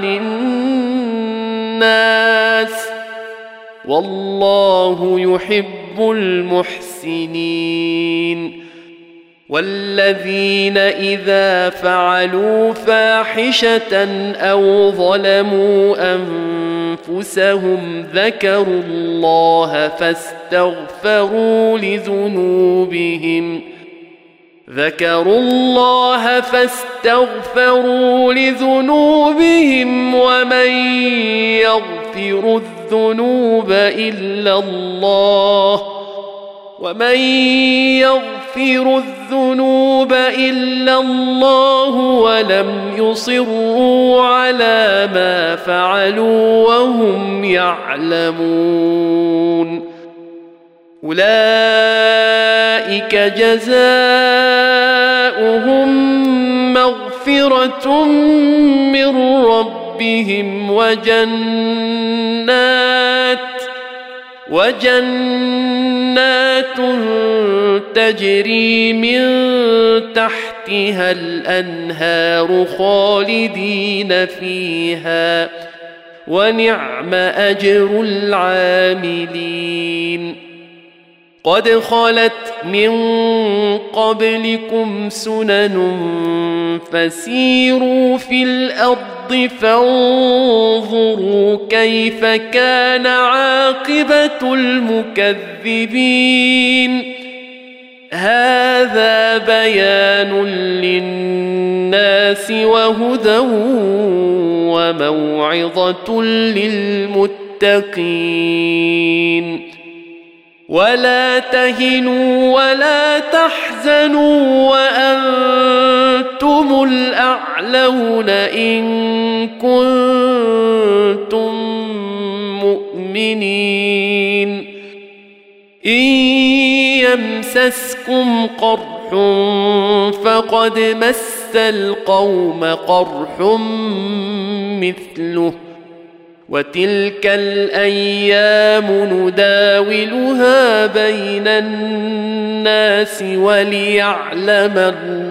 الناس والله يحب المحسنين والذين إذا فعلوا فاحشة أو ظلموا أنفسهم ذكروا الله فاستغفروا لذنوبهم ومن يغفر الذنوب إلا الله ولم يصروا على ما فعلوا وهم يعلمون أولئك جزاؤهم مغفرة من ربهم وجنات تجري من تحتها الأنهار خالدين فيها ونعم أجر العاملين قد خلت من قبلكم سنن فسيروا في الأرض فانظروا كيف كان عاقبة المكذبين هذا بيان للناس وهدى وموعظة للمتقين ولا تهنوا ولا تحزنوا وأنتم الأعلون إن كنتم مؤمنين إن يمسسكم قرح فقد مس القوم قرح مثله وتلك الأيام نداولها بين الناس وليعلم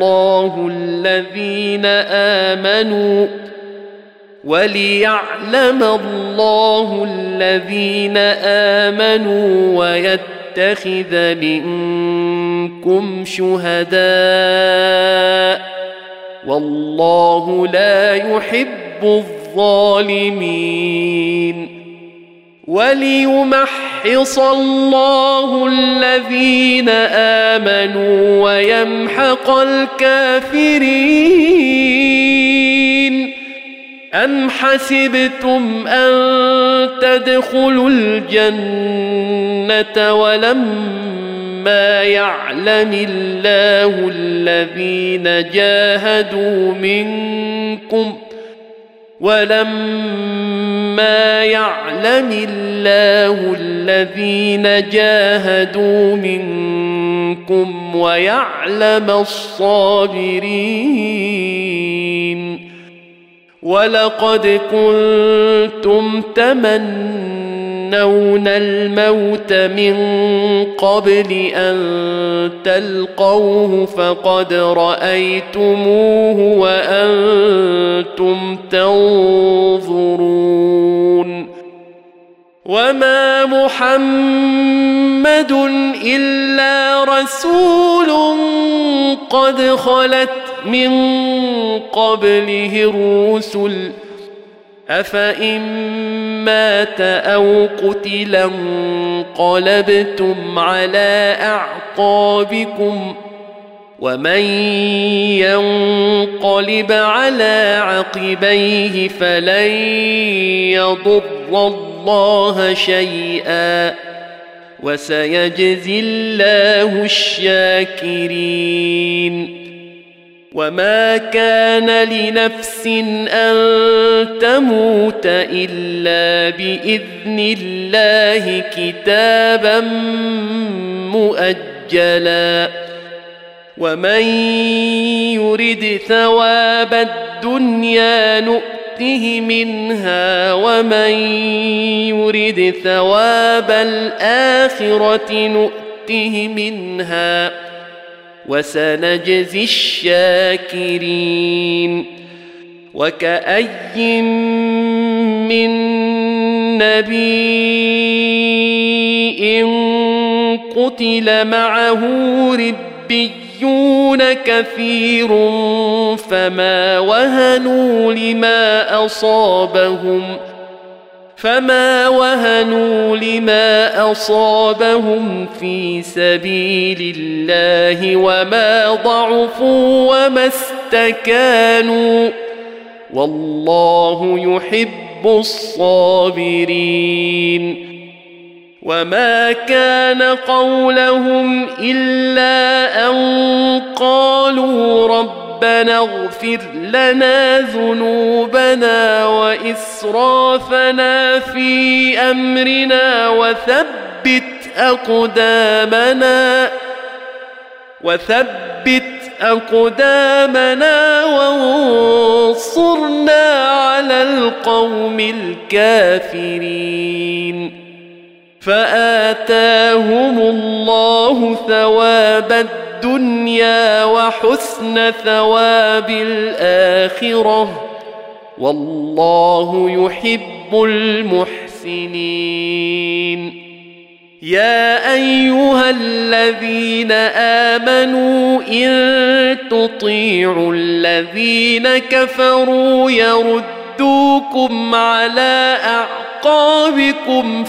الله الذين آمنوا ويتخذ منكم شهداء والله لا يحب الظالمين وليمحص الله الذين آمنوا ويمحق الكافرين أم حسبتم أن تدخلوا الجنة ولما يعلم الله الذين جاهدوا منكم ويعلم الصابرين ولقد كنتم تمنون الموت من قبل أن تلقوه فقد رأيتموه وأنتم تنظرون وما محمد إلا رسول قد خلت من قبله الرسل أفإن مات أو قتل انقلبتم على أعقابكم ومن ينقلب على عقبيه فلن يضر الله شيئا وسيجزي الله الشاكرين وما كان لنفس أن تموت إلا بإذن الله كتابا مؤجلا ومن يرد ثواب الدنيا نؤته منها ومن يرد ثواب الآخرة نؤته منها وسنجزي الشاكرين وكأي من نبي قتل معه ربيون كثير فما وهنوا لما أصابهم في سبيل الله وما ضعفوا وما استكانوا والله يحب الصابرين وما كان قولهم إلا أن قالوا ربنا اغفر لنا ذنوبنا وإسرافنا في أمرنا وثبت أقدامنا وانصرنا على القوم الكافرين فآتاهم الله ثواب الدنيا وحسن ثواب الآخرة والله يحب المحسنين يا أيها الذين آمنوا إن تطيعوا الذين كفروا يردوكم على أعقابكم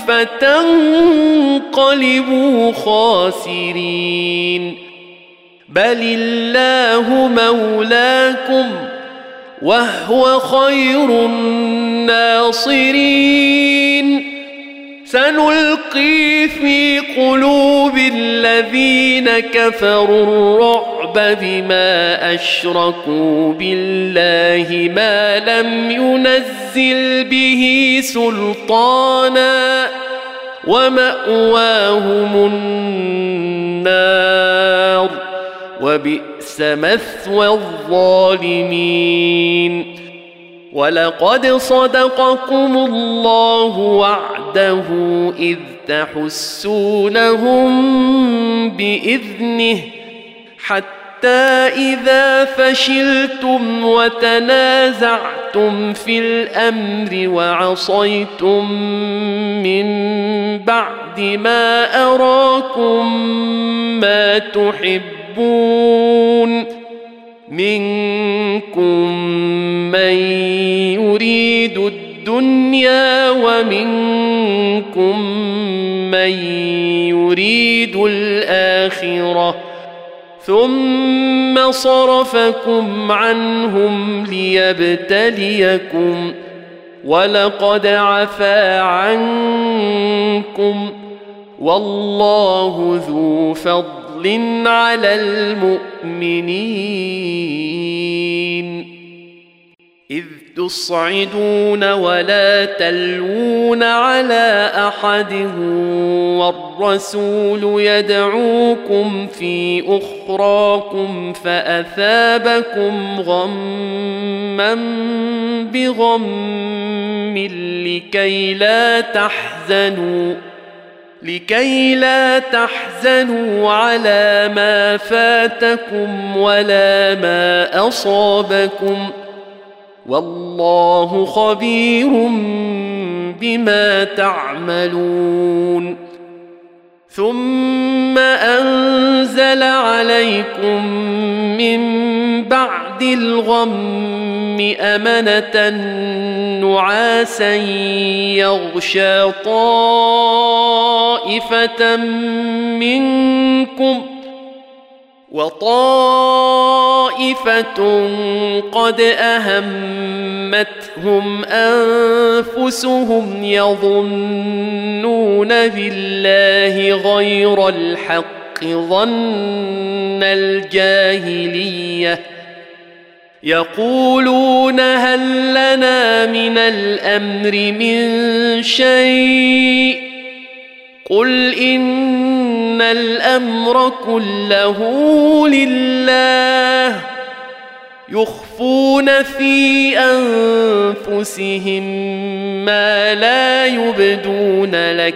فتنقلبوا خاسرين بل الله مولاكم وهو خير الناصرين سنلقي في قلوب الذين كفروا الرعب بما أشركوا بالله ما لم ينزل به سلطانا ومأواهم النار وبئس مثوى الظالمين ولقد صدقكم الله وعده إذ تحسونهم بإذنه حتى إذا فشلتم وتنازعتم في الأمر وعصيتم من بعد ما أراكم ما تحبون منكم من يريد الدنيا ومنكم من يريد الآخرة ثم صرفكم عنهم ليبتليكم ولقد عفا عنكم والله ذو فضل على المؤمنين إذ تصعدون ولا تلوون على أحد والرسول يدعوكم في أخراكم فأثابكم غما بغم لكي لا تحزنوا على ما فاتكم ولا ما أصابكم والله خبير بما تعملون ثم أنزل عليكم من بعد الغم أمنة نعاسا يغشى طائفة منكم وطائفة قد أهمتهم أنفسهم يظنون بالله غير الحق ظن الجاهلية يقولون هل لنا من الأمر من شيء قل إن الأمر كله لله يخفون في أنفسهم ما لا يبدون لك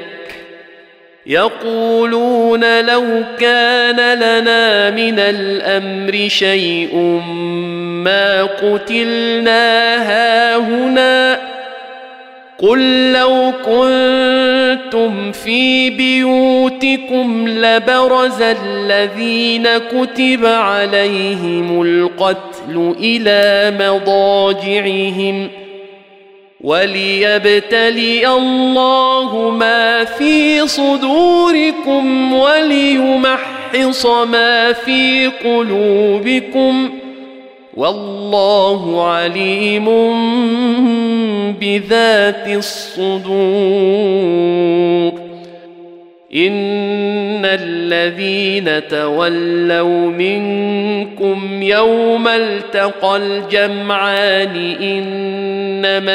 يقولون لو كان لنا من الأمر شيء ما قتلنا هاهنا قل لو كنتم في بيوتكم لبرز الذين كتب عليهم القتل إلى مضاجعهم وليبتلي الله ما في صدوركم وليمحص ما في قلوبكم والله عليم بذات الصدور إن الذين تولوا منكم يوم التقى الجمعان إنما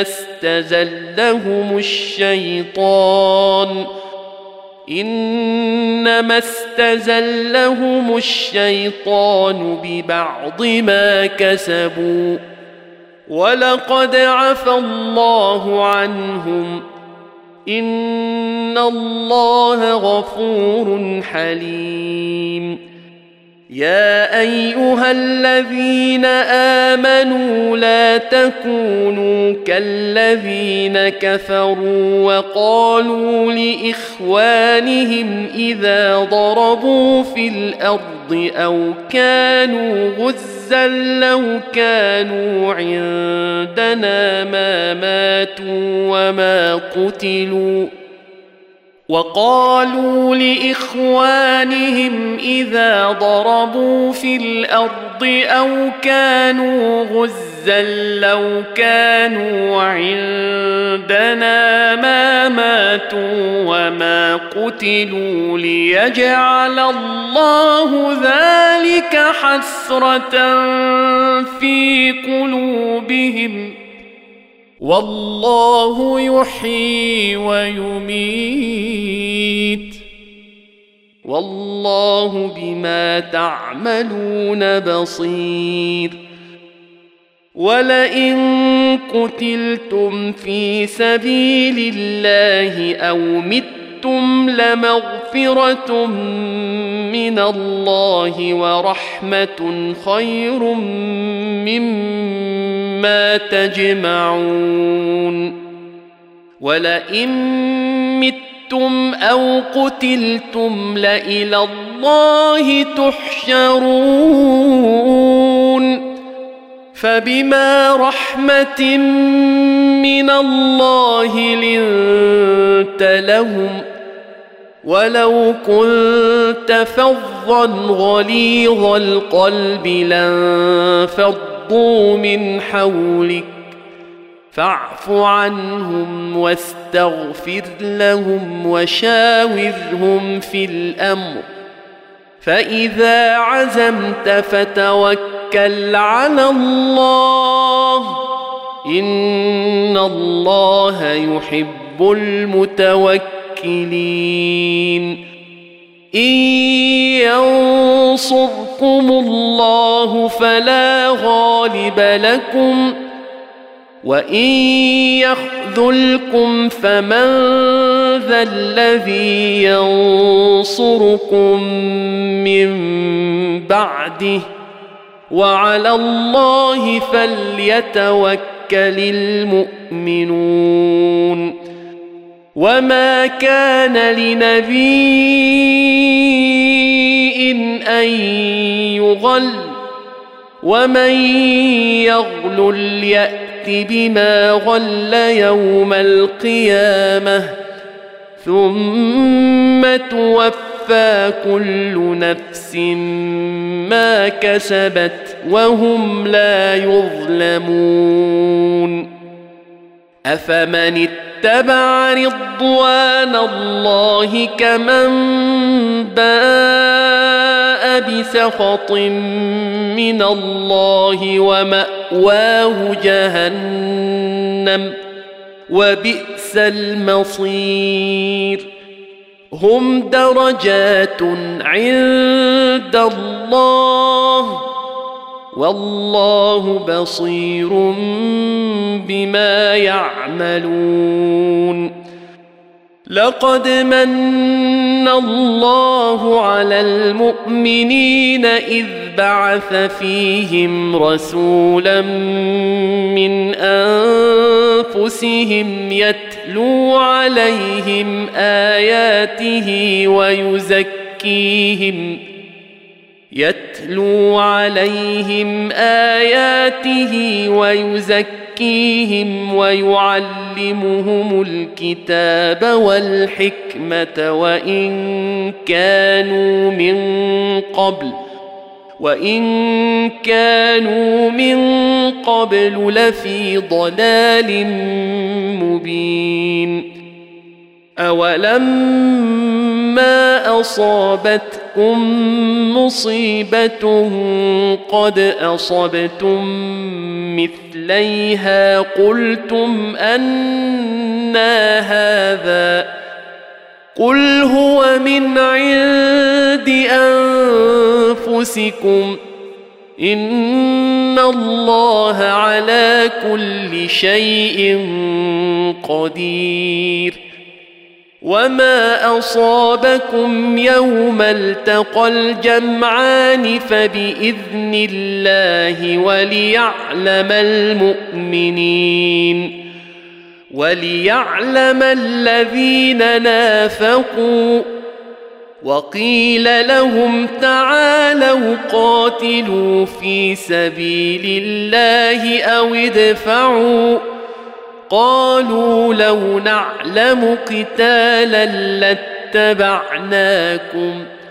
استزلهم الشيطان ببعض ما كسبوا ولقد عفى الله عنهم إن الله غفور حليم يا أيها الذين آمنوا لا تكونوا كالذين كفروا وقالوا لإخوانهم إذا ضربوا في الأرض أو كانوا غزا لو كانوا عندنا ما ماتوا وما قتلوا وقالوا لإخوانهم إذا ضربوا في الأرض أو كانوا غزا لو كانوا عندنا ما ماتوا وما قتلوا ليجعل الله ذلك حسرة في قلوبهم والله يحيي ويميت والله بما تعملون بصير ولئن قتلتم في سبيل الله أو متم لمغفرة من الله ورحمة خير مما تجمعون ولئن متم أو قتلتم لإلى الله تحشرون فبما رحمة من الله لنت لهم ولو كنت فظا غليظ القلب لانفضوا من حولك فاعف عنهم واستغفر لهم وشاورهم في الأمر فإذا عزمت فتوكل على الله إن الله يحب المتوكلين إن ينصركم الله فلا غالب لكم وإن يخذلكم فمن ذا الذي ينصركم من بعده وعلى الله فليتوكل المؤمنون وما كان لنبي أن يغل ومن يغلل يأت بما غل يوم القيامة ثم توفى كل نفس ما كسبت وهم لا يظلمون أفمن اتبع رضوان الله كمن باء بسخط من الله ومأواه جهنم وبئس المصير هم درجات عند الله والله بصير بما يعملون لقد من الله على المؤمنين إذ بعث فيهم رسولا من أنفسهم يتلو عليهم آياته ويزكيهم ويعلمهم الكتاب والحكمة وإن كانوا من قبل لفي ضلال مبين أولما أصابتكم مصيبة قد أصبتم مثليها قلتم أنى هذا قل هو من عند أنفسكم إن الله على كل شيء قدير وما أصابكم يوم التقى الجمعان فبإذن الله وليعلم الذين نافقوا وقيل لهم تعالوا قاتلوا في سبيل الله أو ادفعوا قالوا لو نعلم قتالا لاتبعناكم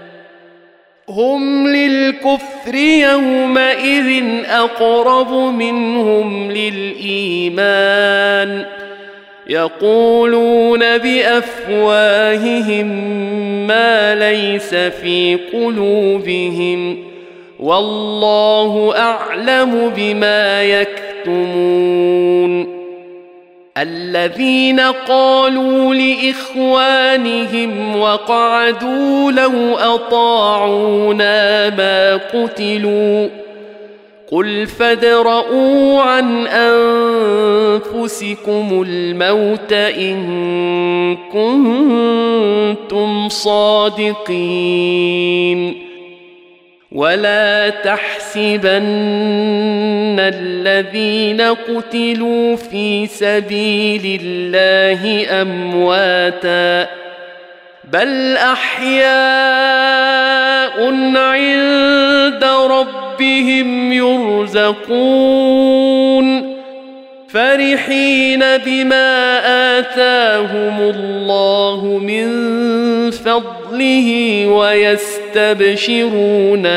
هم للكفر يومئذ أقرب منهم للإيمان يقولون بأفواههم ما ليس في قلوبهم والله أعلم بما يكتمون الذين قالوا لإخوانهم وقعدوا لو أطاعونا ما قتلوا قل فادرءوا عن أنفسكم الموت إن كنتم صادقين ولا تحسبن الذين قتلوا في سبيل الله أمواتا بل أحياء عند ربهم يرزقون فرحين بما آتاهم الله من فضله ويستبشرون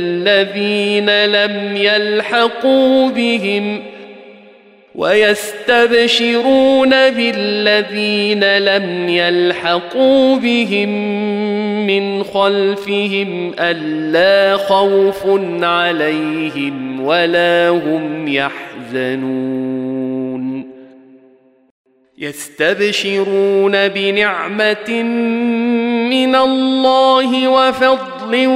بالذين لم يلحقوا بهم من خلفهم ألا خوف عليهم ولا هم يحزنون يستبشرون بنعمة من الله وفضل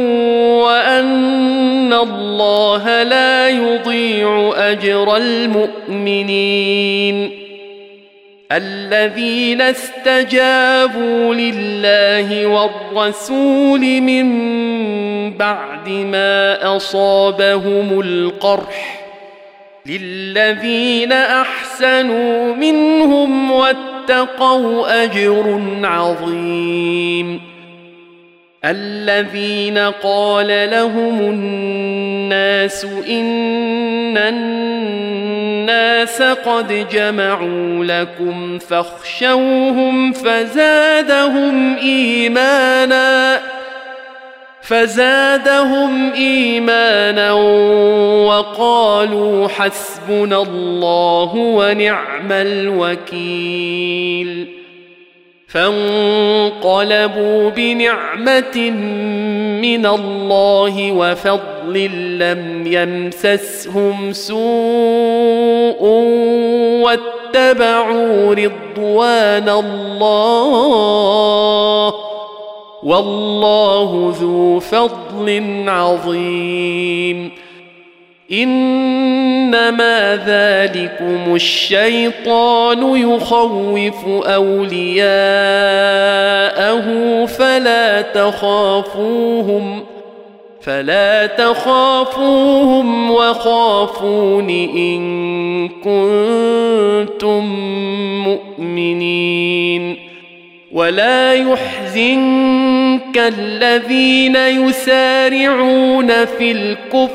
وأن الله لا يضيع أجر المؤمنين الذين استجابوا لله والرسول من بعد ما أصابهم القرح للذين أحسنوا منهم واتقوا أجر عظيم الذين قال لهم الناس إن الناس قد جمعوا لكم فاخشوهم فزادهم إيمانا وقالوا حسبنا الله ونعم الوكيل فانقلبوا بنعمة من الله وفضل لم يمسسهم سوء واتبعوا رضوان الله والله ذو فضل عظيم إنما ذلكم الشيطان يخوف أولياءه فلا تخافوهم وخافون إن كنتم مؤمنين ولا يحزنك الذين يسارعون في الكفر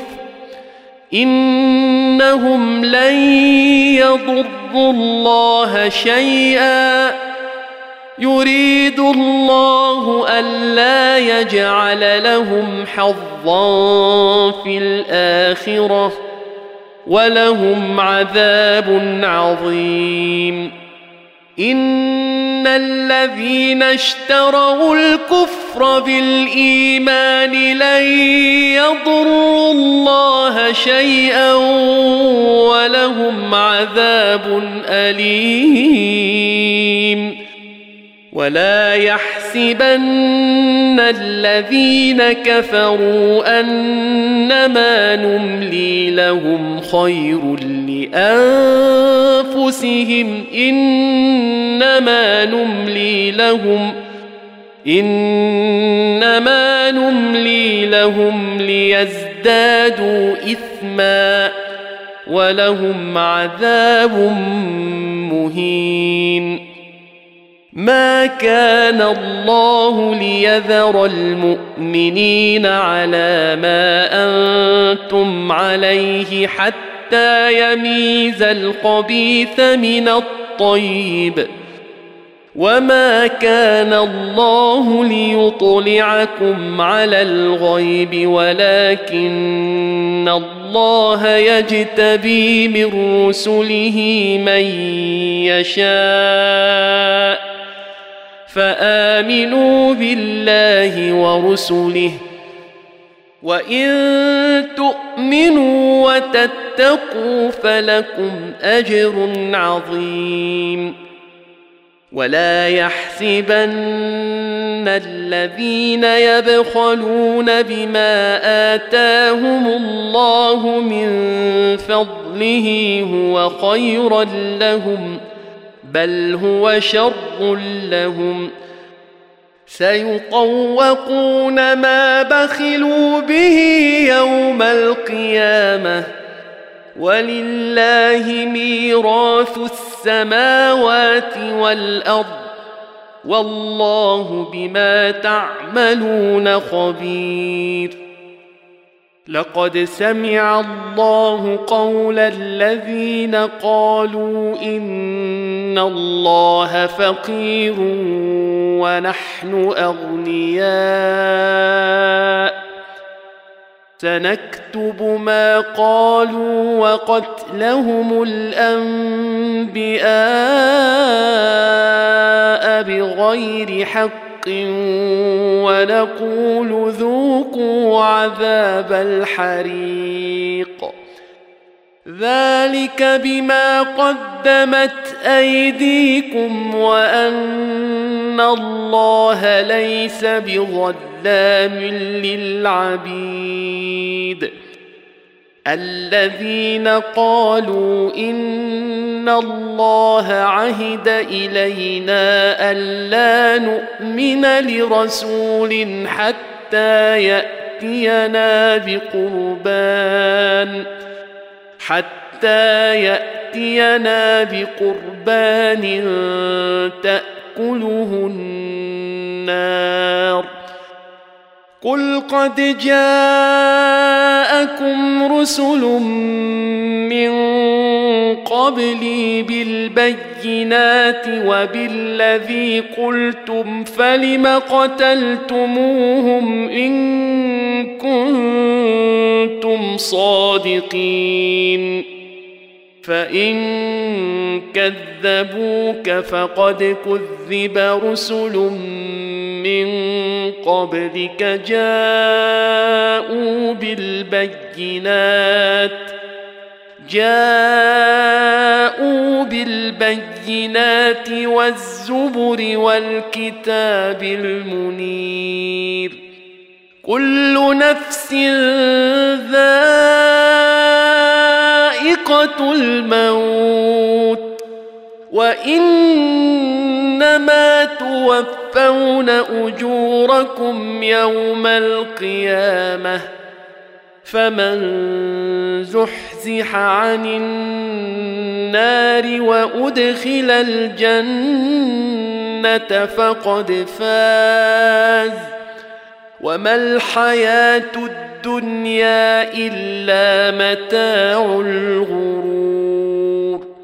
إنهم لن يضروا الله شيئا يريد الله ألا يجعل لهم حظا في الآخرة ولهم عذاب عظيم إن الذين اشتروا الكفر بالإيمان لن يضروا الله شيئا ولهم عذاب أليم ولا يحسبن الذين كفروا أنما نملي لهم خير لأنفسهم إنما نملي لهم ليزدادوا إثما ولهم عذاب مهين ما كان الله ليذر المؤمنين على ما أنتم عليه حتى يميز الخبيث من الطيب وما كان الله ليطلعكم على الغيب ولكن الله يجتبي من رسله من يشاء فآمنوا بالله ورسله وإن تؤمنوا وتتقوا فلكم أجر عظيم ولا يحسبن الذين يبخلون بما آتاهم الله من فضله هو خيرا لهم بل هو شر لهم سيطوقون ما بخلوا به يوم القيامة ولله ميراث السماوات والأرض والله بما تعملون خبير لقد سمع الله قول الذين قالوا إن الله فقير ونحن أغنياء سنكتب ما قالوا وقتلهم الأنبياء بغير حق ونقول ذوقوا عذاب الحريق ذلك بما قدمت أيديكم وأن الله ليس بظلام للعبيد الذين قالوا إن الله عهد إلينا ألا نؤمن لرسول حتى يأتينا بقربان تأكله النار قل قد جاءكم رسل من قبلي بالبينات وبالذي قلتم فلم قتلتموهم إن كنتم صادقين فإن كذبوك فقد كذب رسل من قبلك جاءوا بالبينات والزبر والكتاب المنير كل نفس ذائقة الموت وإنما توفون أجوركم يوم القيامة فمن زحزح عن النار وأدخل الجنة فقد فاز وما الحياة الدنيا إلا متاع الغرور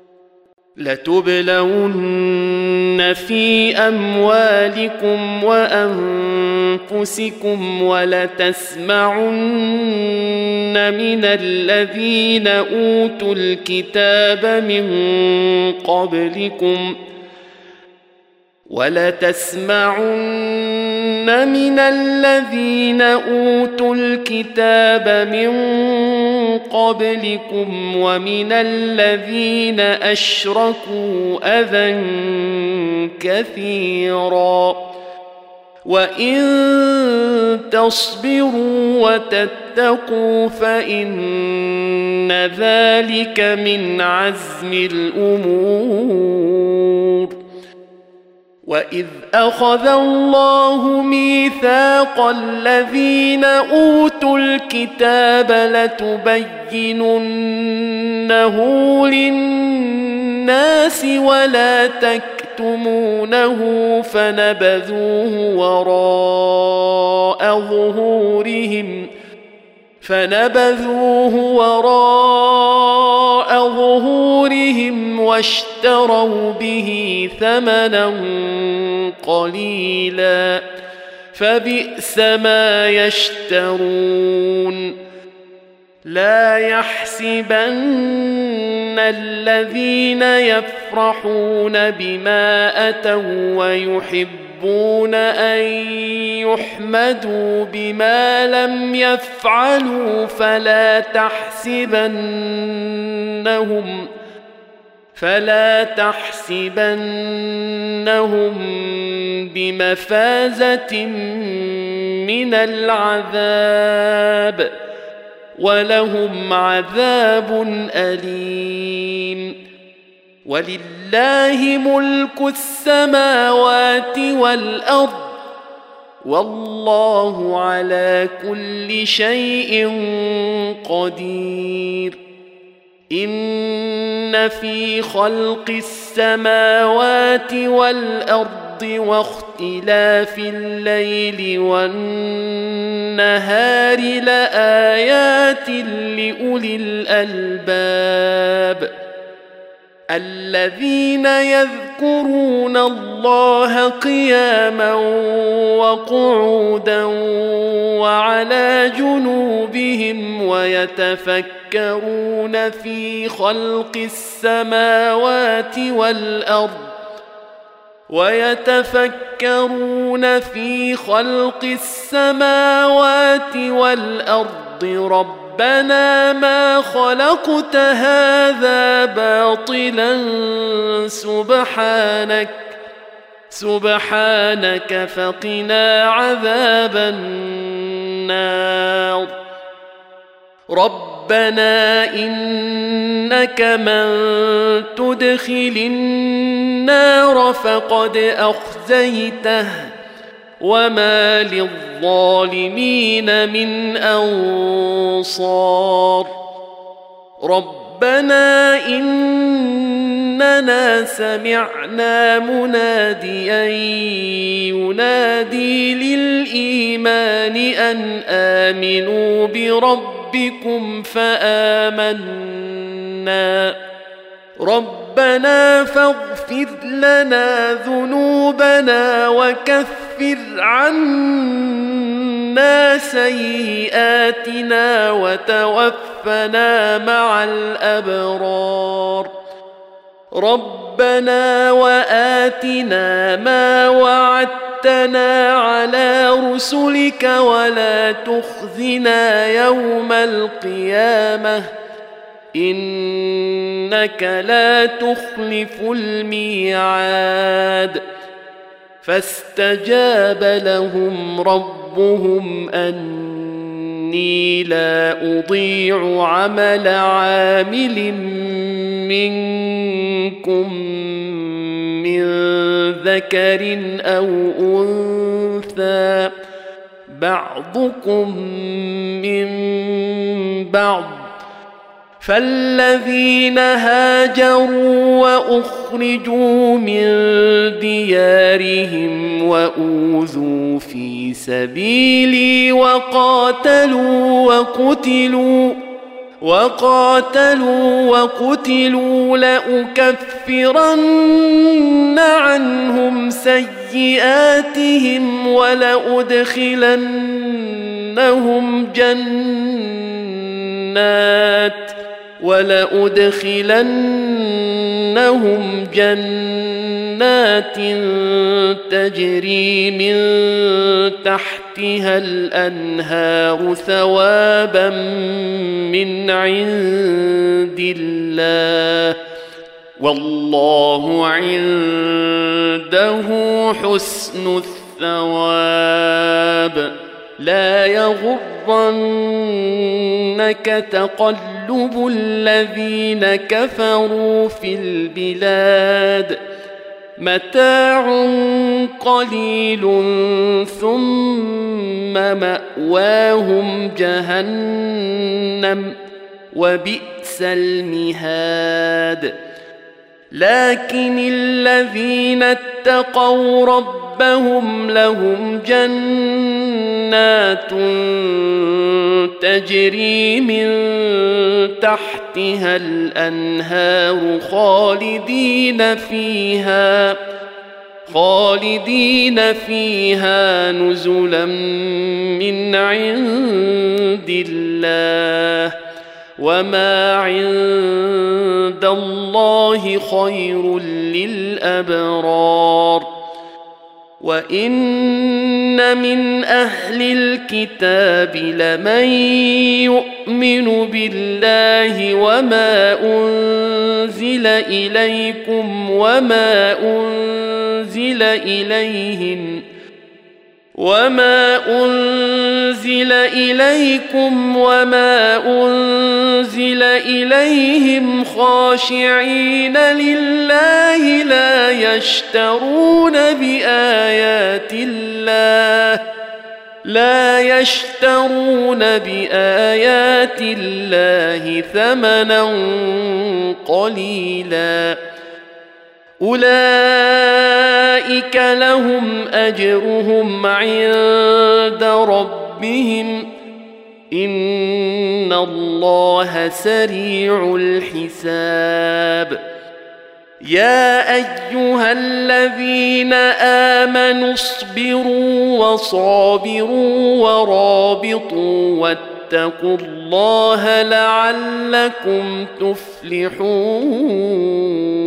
لتبلون في أموالكم وأنفسكم ولتسمعن من الذين أوتوا الكتاب من قبلكم ومن الذين أشركوا أذى كثيرا وإن تصبروا وتتقوا فإن ذلك من عزم الأمور وإذ أخذ الله ميثاق الذين أوتوا الكتاب لتبيننه للناس ولا تكتمونه فنبذوه وراء ظهورهم واشتروا به ثمنا قليلا فبئس ما يشترون لا يحسبن الذين يفرحون بما أتوا ويحبون أن يحمدوا بما لم يفعلوا فلا تحسبنهم تحسبنهم بمفازة من العذاب ولهم عذاب أليم ولله ملك السماوات والأرض والله على كل شيء قدير إن في خلق السماوات والأرض واختلاف الليل والنهار لآيات لأولي الألباب الذين يذكرون الله قياما وقعودا وعلى جنوبهم ويتفكرون في خلق السماوات والأرض ربنا ما خلقت هذا باطلا سبحانك فقنا عذاب النار ربنا إنك من تدخل النار فقد أخزيته وما للظالمين من أنصار ربنا إننا سمعنا مناديا ينادي للإيمان أن آمنوا بربكم فآمنا ربنا فاغفر لنا ذنوبنا وكفر عنا سيئاتنا وتوفنا مع الأبرار ربنا وآتنا ما وعدتنا على رسلك ولا تخزنا يوم القيامة إنك لا تخلف الميعاد فاستجاب لهم ربهم أني لا أضيع عمل عامل منكم من ذكر أو أنثى بعضكم من بعض فالذين هاجروا وأخرجوا من ديارهم وأوذوا في سبيلي وقاتلوا لأكفرن عنهم سيئاتهم ولأدخلنهم جنات تجري من تحتها الأنهار ثوابا من عند الله والله عنده حسن الثواب لا يغرنك تقلب الذين كفروا في البلاد متاع قليل ثم مأواهم جهنم وبئس المهاد لكن الذين اتقوا ربهم لهم جنات تجري من تحتها الأنهار خالدين فيها نزلا من عند الله وما عند الله خير للأبرار وإن من أهل الكتاب لمن يؤمن بالله وما أنزل أنزل إليكم وما أنزل إليهم خاشعين لله لا يشترون بآيات الله ثمنا قليلا أولئك لهم أجرهم عند ربهم إن الله سريع الحساب يا أيها الذين آمنوا اصبروا وصابروا ورابطوا واتقوا الله لعلكم تفلحون